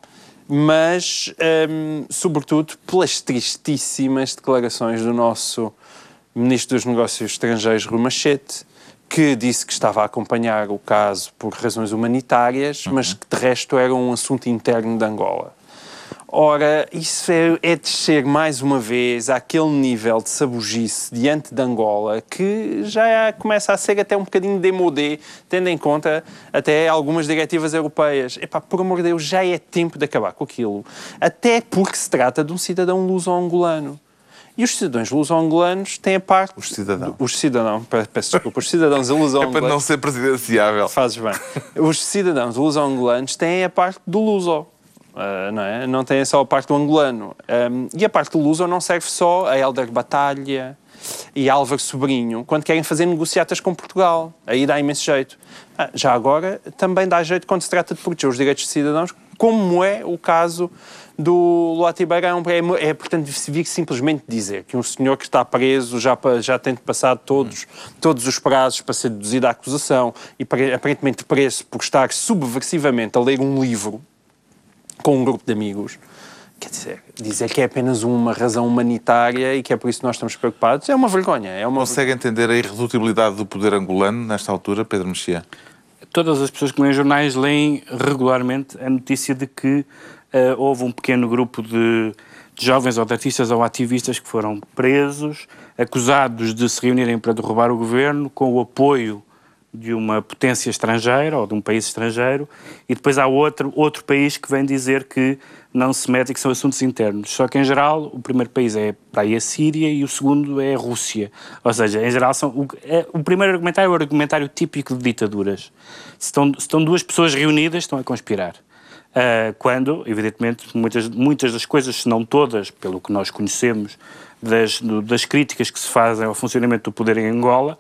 mas, hum, sobretudo, pelas tristíssimas declarações do nosso Ministro dos Negócios Estrangeiros, Rui Machete, que disse que estava a acompanhar o caso por razões humanitárias, uhum. mas que de resto era um assunto interno de Angola. Ora, isso é, é descer mais uma vez àquele nível de sabugice diante de Angola que já começa a ser até um bocadinho démodé, tendo em conta até algumas diretivas europeias. Epá, por amor de Deus, já é tempo de acabar com aquilo. Até porque se trata de um cidadão luso-angolano. E os cidadãos luso-angolanos têm a parte... Os cidadãos. Os cidadãos, peço desculpa, os cidadãos luso-angolanos... É para não ser presidenciável. Fazes bem. Os cidadãos luso-angolanos têm a parte do luso. Uh, uh, não é? Não tem só a parte do angolano. Um, e a parte do luso não serve só a Hélder Batalha e a Álvaro Sobrinho, quando querem fazer negociatas com Portugal. Aí dá imenso jeito. Ah, já agora, também dá jeito quando se trata de proteger os direitos dos cidadãos, como é o caso do Luati Beirão. É, é, portanto, vir simplesmente dizer que um senhor que está preso já, já tem passado todos, todos os prazos para ser deduzida a acusação e aparentemente preso por estar subversivamente a ler um livro com um grupo de amigos. Quer dizer, dizer que é apenas uma razão humanitária e que é por isso que nós estamos preocupados é uma vergonha. É uma Consegue entender a irredutibilidade do poder angolano nesta altura, Pedro Mexia? Todas as pessoas que leem jornais leem regularmente a notícia de que uh, houve um pequeno grupo de, de jovens ou de artistas ou ativistas que foram presos, acusados de se reunirem para derrubar o governo com o apoio de uma potência estrangeira ou de um país estrangeiro, e depois há outro, outro país que vem dizer que não se mete e que são assuntos internos. Só que, em geral, o primeiro país é para aí a Síria e o segundo é a Rússia. Ou seja, em geral, são, o, é, o primeiro argumentário é o argumentário típico de ditaduras. Se estão, se estão duas pessoas reunidas, estão a conspirar. Uh, quando, evidentemente, muitas, muitas das coisas, se não todas, pelo que nós conhecemos, das, do, das críticas que se fazem ao funcionamento do poder em Angola,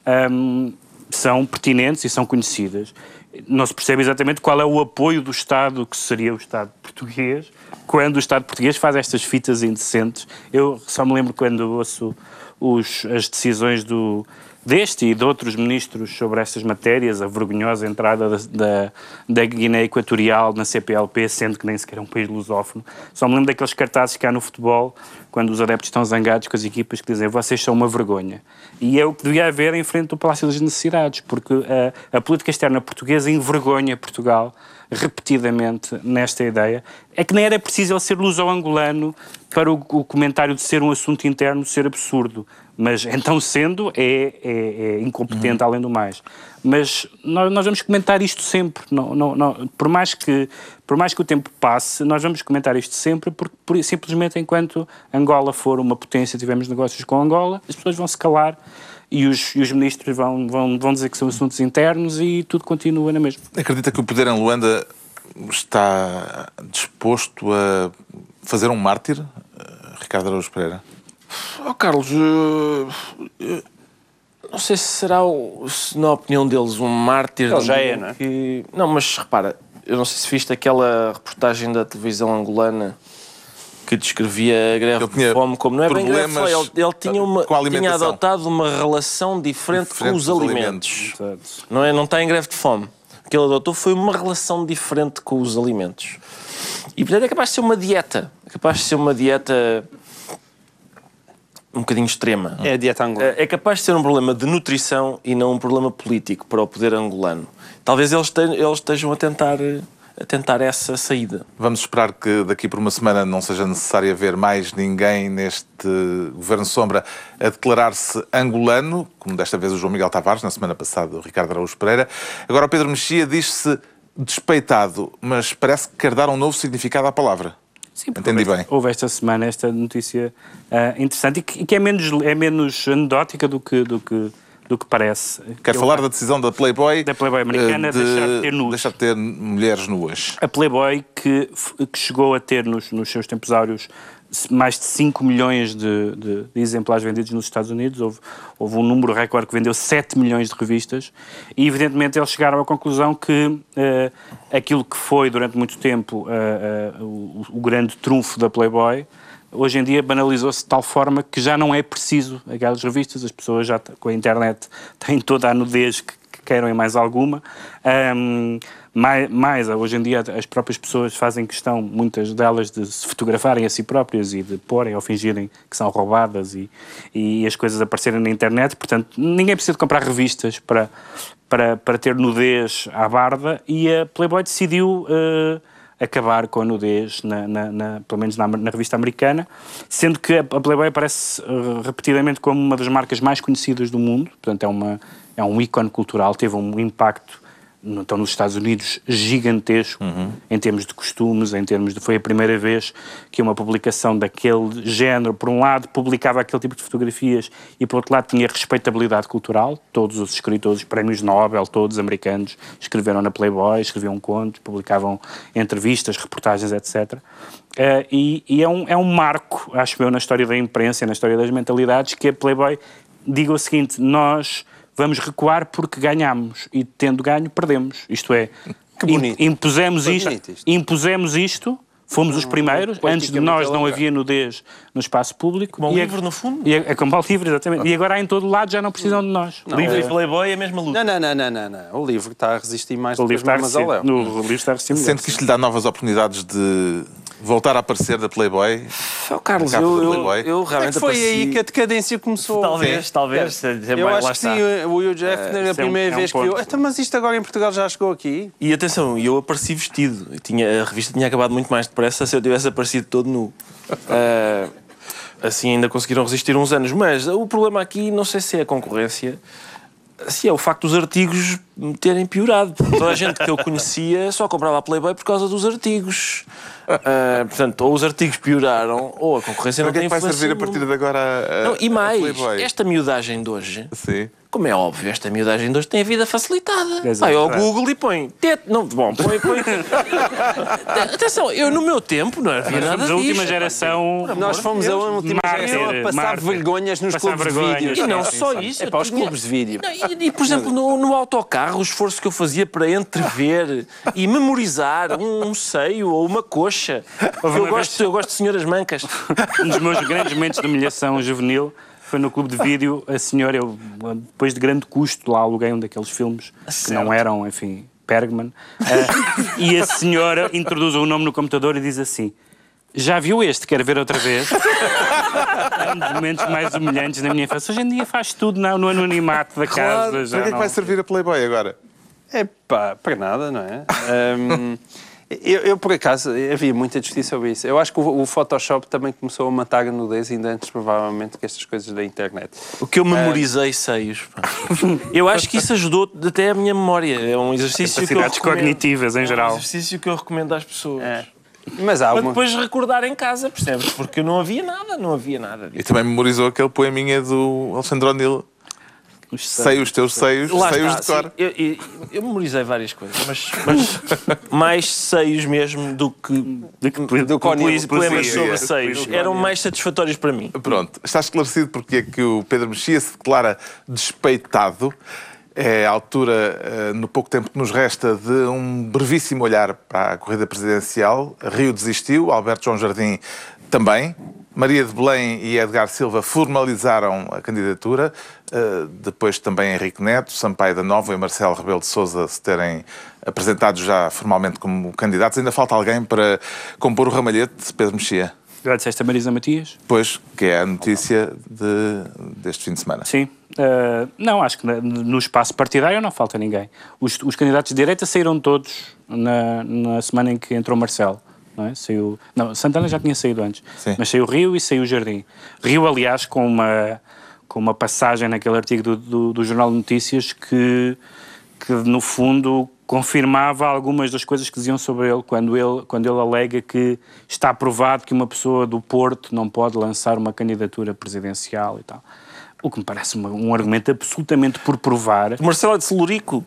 um, são pertinentes e são conhecidas. Não se percebe exatamente qual é o apoio do Estado, que seria o Estado português, quando o Estado português faz estas fitas indecentes. Eu só me lembro quando ouço os, as decisões do, deste e de outros ministros sobre estas matérias, a vergonhosa entrada da, da, da Guiné Equatorial na C P L P, sendo que nem sequer é um país lusófono. Só me lembro daqueles cartazes que há no futebol, quando os adeptos estão zangados com as equipas, que dizem vocês são uma vergonha. E é o que devia haver em frente do Palácio das Necessidades, porque a, a política externa portuguesa envergonha Portugal repetidamente nesta ideia. É que nem era preciso ele ser luso-angolano para o, o comentário de ser um assunto interno ser absurdo. Mas, então sendo, é, é, é incompetente, uhum. além do mais. Mas nós, nós vamos comentar isto sempre. Não, não, não, por, mais que, por mais que o tempo passe, nós vamos comentar isto sempre, porque por, simplesmente enquanto Angola for uma potência, tivermos negócios com Angola, as pessoas vão se calar e os, e os ministros vão, vão, vão dizer que são assuntos internos e tudo continua na mesma. Acredita que o poder em Luanda está disposto a fazer um mártir, Ricardo Araújo Pereira? Oh, Carlos, uh, uh, não sei se será, o, se na opinião deles, um mártir... Ele já é, não é? Que... Não, mas repara, eu não sei se viste aquela reportagem da televisão angolana que descrevia a greve de fome como... Não é bem greve de fome, ele, ele tinha, uma, tinha adotado uma relação diferente, diferente com os alimentos. alimentos. Não, é, não está em greve de fome. O que ele adotou foi uma relação diferente com os alimentos. E, portanto, é capaz de ser uma dieta. É capaz de ser uma dieta... um bocadinho extrema. É a dieta angolana. É capaz de ser um problema de nutrição e não um problema político para o poder angolano. Talvez eles, te, eles estejam a tentar, a tentar essa saída. Vamos esperar que daqui por uma semana não seja necessário ver mais ninguém neste Governo Sombra a declarar-se angolano, como desta vez o João Miguel Tavares, na semana passada o Ricardo Araújo Pereira. Agora o Pedro Mexia diz-se despeitado, mas parece que quer dar um novo significado à palavra. Sim, entendi houve, bem. Houve esta semana esta notícia uh, interessante e que, e que é, menos, é menos anedótica do que, do que, do que parece. Quer Eu, falar da decisão da Playboy, da Playboy americana de deixar de ter nus. Deixar de ter mulheres nuas. A Playboy que, que chegou a ter nos, nos seus tempos áureos mais de cinco milhões de, de, de exemplares vendidos nos Estados Unidos. Houve, houve um número recorde que vendeu sete milhões de revistas e, evidentemente, eles chegaram à conclusão que uh, aquilo que foi, durante muito tempo, uh, uh, o, o grande trunfo da Playboy, hoje em dia banalizou-se de tal forma que já não é preciso aquelas revistas. As pessoas já, com a internet, têm toda a nudez que, que queiram em mais alguma. Um, Mais, mais, hoje em dia, as próprias pessoas fazem questão, muitas delas, de se fotografarem a si próprias e de porem ou fingirem que são roubadas e, e as coisas aparecerem na internet. Portanto, ninguém precisa de comprar revistas para, para, para ter nudez à barda e a Playboy decidiu uh, acabar com a nudez, na, na, na, pelo menos na, na revista americana, sendo que a Playboy aparece uh, repetidamente como uma das marcas mais conhecidas do mundo. Portanto, é, uma, é um ícone cultural, teve um impacto estão nos Estados Unidos, gigantesco, uhum. em termos de costumes, em termos de... Foi a primeira vez que uma publicação daquele género, por um lado, publicava aquele tipo de fotografias e, por outro lado, tinha respeitabilidade cultural. Todos os escritores, prémios Nobel, todos americanos, escreveram na Playboy, escreviam contos, publicavam entrevistas, reportagens, etcétera. Uh, e e é, um, é um marco, acho eu, na história da imprensa, na história das mentalidades, que a Playboy diga o seguinte: nós vamos recuar porque ganhamos e, tendo ganho, perdemos. Isto é, que bonito. impusemos isto, isto, impusemos isto, fomos os primeiros, hum, antes de nós não havia nudez no espaço público. Como o livro, no fundo. E é, é como o livro, exatamente. E agora, em todo lado, já não precisam de nós. Não, livro é... e Playboy é a mesma luta. Não, não, não, não, não, não. O livro está a resistir mais do que as mamas ao Léo. O livro está a resistir melhor. Sente que isto lhe dá novas oportunidades de voltar a aparecer da Playboy? Oh, Carlos, eu, eu, eu realmente é que foi apareci... aí que a decadência começou. Talvez, sim. talvez. É. Eu acho que sim, o Hugh Hefner, uh, a primeira é um, vez é um que viu... Então, mas isto agora em Portugal já chegou aqui? E atenção, eu apareci vestido. Eu tinha, a revista tinha acabado muito mais depressa se eu tivesse aparecido todo nu. Uh, assim ainda conseguiram resistir uns anos. Mas o problema aqui, não sei se é a concorrência, se é o facto dos artigos terem piorado. Toda a gente que eu conhecia só comprava a Playboy por causa dos artigos. Uh, portanto, ou os artigos pioraram, ou a concorrência não tem influência. O que é que vai servir a partir de agora a, não, e mais, a Playboy? Esta miudagem de hoje, sim. Como é óbvio, esta miudagem de hoje tem a vida facilitada. Vai ao Google e põe teto. Não, bom, põe, põe. Atenção, eu no meu tempo não havia nada disso. A última geração... Nós fomos a última geração a passar vergonhas nos clubes de vídeo. E não só isso. É para os clubes de vídeo. E, por exemplo, no, no autocarro, o esforço que eu fazia para entrever e memorizar um, um seio ou uma coxa. Eu gosto, eu gosto de senhoras mancas. Um dos meus grandes momentos de humilhação juvenil foi no clube de vídeo. A senhora, eu, depois de grande custo, lá aluguei um daqueles filmes que certo. Não eram, enfim, Bergman. Uh, e a senhora introduz o nome no computador e diz assim: já viu este? Quer ver outra vez? É um dos momentos mais humilhantes na minha infância. Hoje em dia faz tudo no, no anonimato da claro. casa. Já para que é que vai servir a Playboy agora? É pá, para nada, não é? Um, eu, eu, por acaso, havia muita discussão sobre isso. Eu acho que o, o Photoshop também começou a matar a nudez ainda antes, provavelmente, que estas coisas da internet. O que eu memorizei uh... seios. Pá. Eu acho que isso ajudou até a minha memória. É um exercício que eu recomendo. Cognitivas, em geral. É um exercício que eu recomendo às pessoas. É. Mas há alguma... Para depois recordar em casa, percebes? Porque não havia nada, não havia nada disso. E também memorizou aquele poeminha do Alexandre O'Neill. Sei os teus seios, lá seios está, de cor. Eu, eu, eu memorizei várias coisas, mas, mas mais seios mesmo do que, do que do poemas sobre seios. Eram mais satisfatórios para mim. Pronto, está esclarecido porque é que o Pedro Mexia se declara despeitado. É a altura, no pouco tempo que nos resta, de um brevíssimo olhar para a corrida presidencial. Rio desistiu, Alberto João Jardim também. Maria de Belém e Edgar Silva formalizaram a candidatura, depois também Henrique Neto, Sampaio da Nova e Marcelo Rebelo de Sousa se terem apresentado já formalmente como candidatos. Ainda falta alguém para compor o ramalhete, Pedro Mexia? Já disseste a Marisa Matias? Pois, que é a notícia de, deste fim de semana. Sim. Uh, não, acho que no espaço partidário não falta ninguém. Os, os candidatos de direita saíram todos na, na semana em que entrou Marcelo. Não é? Saiu, não, Santana já tinha saído antes, sim. Mas saiu Rio e saiu Jardim. Rio, aliás, com uma, com uma passagem naquele artigo do, do, do Jornal de Notícias que, que, no fundo, confirmava algumas das coisas que diziam sobre ele quando, ele quando ele alega que está provado que uma pessoa do Porto não pode lançar uma candidatura presidencial e tal. O que me parece uma, um argumento absolutamente por provar. O Marcelo é de Celurico.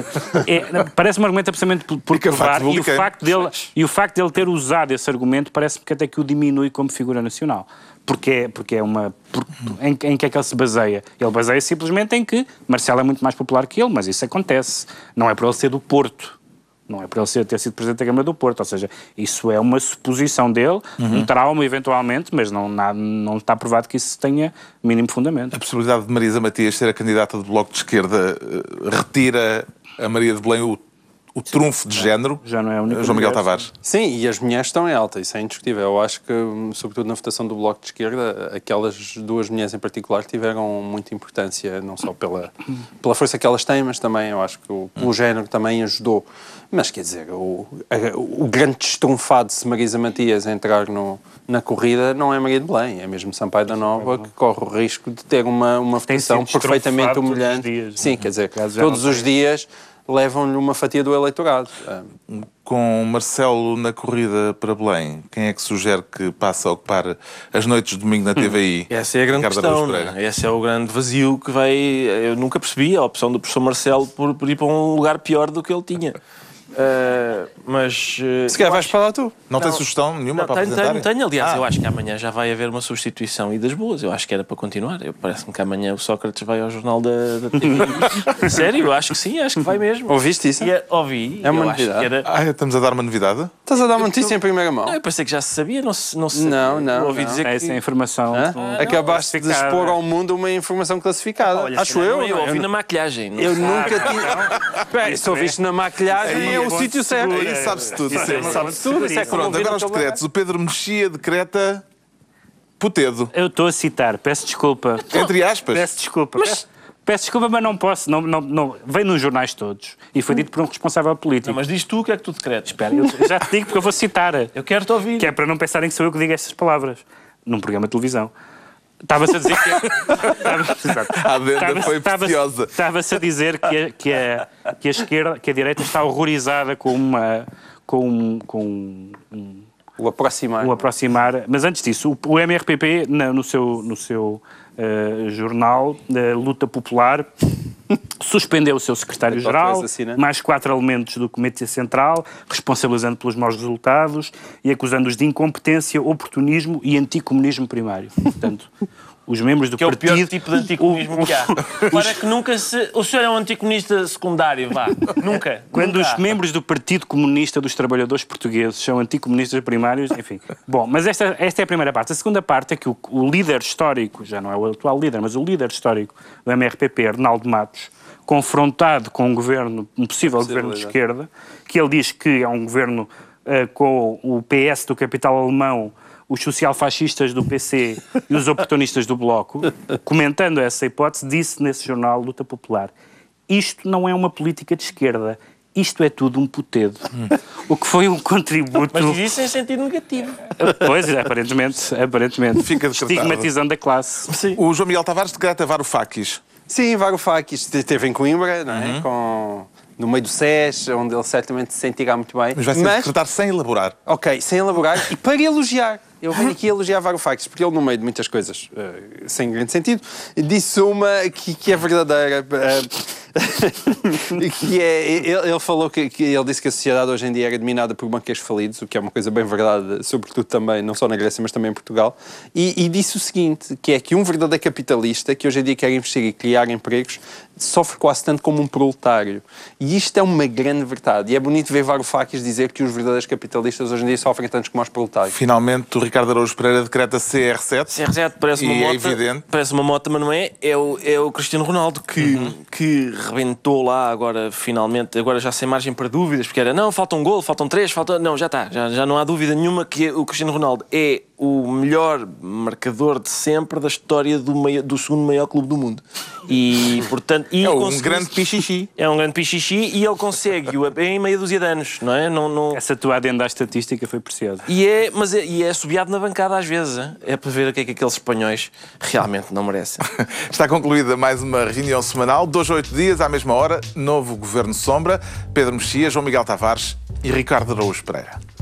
É, parece um argumento absolutamente por, por provar. E o, facto dele, e o facto dele ter usado esse argumento parece-me que até que o diminui como figura nacional. Porque, porque é uma... Por, em, em que é que ele se baseia? Ele baseia simplesmente em que Marcelo é muito mais popular que ele, mas isso acontece. Não é por ele ser do Porto. Não é por ele ser, ter sido Presidente da Câmara do Porto. Ou seja, isso é uma suposição dele, uhum. um trauma eventualmente, mas não, não, não está provado que isso tenha mínimo fundamento. A possibilidade de Marisa Matias ser a candidata do Bloco de Esquerda retira a Maria de Belém o, o trunfo de género? Já não é a única. João Miguel Tavares. Sim, e as mulheres estão em alta, isso é indiscutível. Eu acho que, sobretudo na votação do Bloco de Esquerda, aquelas duas mulheres em particular tiveram muita importância, não só pela, pela força que elas têm, mas também eu acho que o, o género também ajudou. Mas, quer dizer, o, o grande destrunfado se Marisa Matias entrar no, na corrida não é Maria de Belém, é mesmo Sampaio da Nova que corre o risco de ter uma, uma votação perfeitamente humilhante. Dias, sim, quer dizer, todos os dias levam-lhe uma fatia do eleitorado. Com Marcelo na corrida para Belém, quem é que sugere que passe a ocupar as noites de domingo na T V I? Essa é a grande Ricardo questão. Araújo Pereira. Né? Esse é o grande vazio que vai... Eu nunca percebi a opção do professor Marcelo por, por ir para um lugar pior do que ele tinha. Uh, mas... Uh, Se calhar vais para lá tu. Não, Não. tem sugestão nenhuma Não, para tenho, apresentar? tenho, tenho. Aliás, Ah. eu acho que amanhã já vai haver uma substituição e das boas. Eu acho que era para continuar. Eu, parece-me que amanhã o Sócrates vai ao jornal da, da T V. Sério, eu acho que sim, acho que vai mesmo. Ouviste isso? E é- ouvi. É uma eu acho novidade. que era... Ah, estamos a dar uma novidade? Estás a dar uma notícia em primeira mão? Não, eu pensei que já se sabia, não se, não se Não, sabia. não, Eu ouvi não. dizer Essa é a que... informação. Hã? com- Acabaste de classificada. expor ao mundo uma informação classificada. Olha, Acho se calhar eu. não, eu não, ouvi eu na maquilhagem. não Eu sei. nunca tinha. Espera, se ouviste na maquilhagem, é o sítio certo. Aí sabe-se tudo. Isso é- sim. sabe-se tudo, isso é como Pronto, ouvir agora no os teu decretos. O Pedro Mexia decreta Putedo. Eu estou a citar, peço desculpa. Entre aspas. Peço desculpa. Peço, peço desculpa, mas não posso. Não, não, não. Vem nos jornais todos. E foi dito por um responsável político. Não, mas diz tu o que é que tu decretas. Espera, eu já te digo porque eu vou citar. Eu quero-te ouvir. Que é para não pensarem que sou eu que digo estas palavras. Num programa de televisão. Estava-se a dizer que... Estava- Exato. A adenda Estava- foi estava- preciosa. Estava-se a dizer que a, que, a, que a esquerda, que a direita está horrorizada com uma... Com, um- com um, O aproximar. um aproximar. Mas antes disso, o, o M R P P, na- no seu, no seu eh, jornal da Luta Popular, suspendeu o seu secretário-geral, assinante. mais quatro elementos do Comitê Central, responsabilizando pelos maus resultados e acusando-os de incompetência, oportunismo e anticomunismo primário. Portanto, os membros do Que é o partido... pior tipo de anticomunismo o- que há. Para que nunca se... O senhor é um anticomunista secundário, vá. Nunca. Quando nunca os há. membros do Partido Comunista dos Trabalhadores Portugueses são anticomunistas primários, enfim. Bom, mas esta, esta é a primeira parte. A segunda parte é que o, o líder histórico, já não é o atual líder, mas o líder histórico do M R P P, Arnaldo Matos, confrontado com um governo, um possível governo de esquerda, que ele diz que é um governo uh, com o P S do capital alemão, os social-fascistas do P C e os oportunistas do Bloco, comentando essa hipótese, disse nesse jornal Luta Popular: isto não é uma política de esquerda, isto é tudo um putedo. O que foi um contributo... Mas diz isso em sentido negativo. Pois, aparentemente, aparentemente. Fica decretado. Estigmatizando a classe. Sim. O João Miguel Tavares decreta Varoufakis. Sim, Varoufakis esteve em Coimbra, não é? Com... no meio do S E S, onde ele certamente se sentirá muito bem. Mas vai ser decretar sem elaborar. Ok, sem elaborar e para elogiar. Eu venho aqui elogiar Varoufakis, porque ele, no meio de muitas coisas uh, sem grande sentido, disse uma que, que é verdadeira. Uh, que é, ele, ele falou que, que ele disse que a sociedade hoje em dia era dominada por banqueiros falidos, o que é uma coisa bem verdade, sobretudo também, não só na Grécia, mas também em Portugal. E, e disse o seguinte, que é que um verdadeiro capitalista, que hoje em dia quer investir e criar empregos, sofre quase tanto como um proletário. E isto é uma grande verdade. E é bonito ver Varoufakis dizer que os verdadeiros capitalistas hoje em dia sofrem tanto como os proletários. Finalmente, o Ricardo Araújo Pereira decreta C R sete. C R sete parece uma E é moto. evidente. Parece uma moto, mas não é. É o, é o Cristiano Ronaldo que, Uhum. que rebentou lá agora, finalmente, agora já sem margem para dúvidas, porque era, não, falta um golo, faltam três, falta... Não, já está. Já, já não há dúvida nenhuma que o Cristiano Ronaldo é o melhor marcador de sempre da história do, meio, do segundo maior clube do mundo. E, portanto... E É um conseguiu- grande pichichi. É um grande pichichi e ele consegue-o em meia dúzia de anos, não é? Não, não... Essa tua adenda à estatística foi preciosa. E é, mas é, e é assobiado na bancada às vezes. Hein? É para ver o que é que aqueles espanhóis realmente não merecem. Está concluída mais uma reunião semanal. Dois a oito dias, à mesma hora, novo Governo Sombra. Pedro Mexia, João Miguel Tavares e Ricardo Araújo Pereira.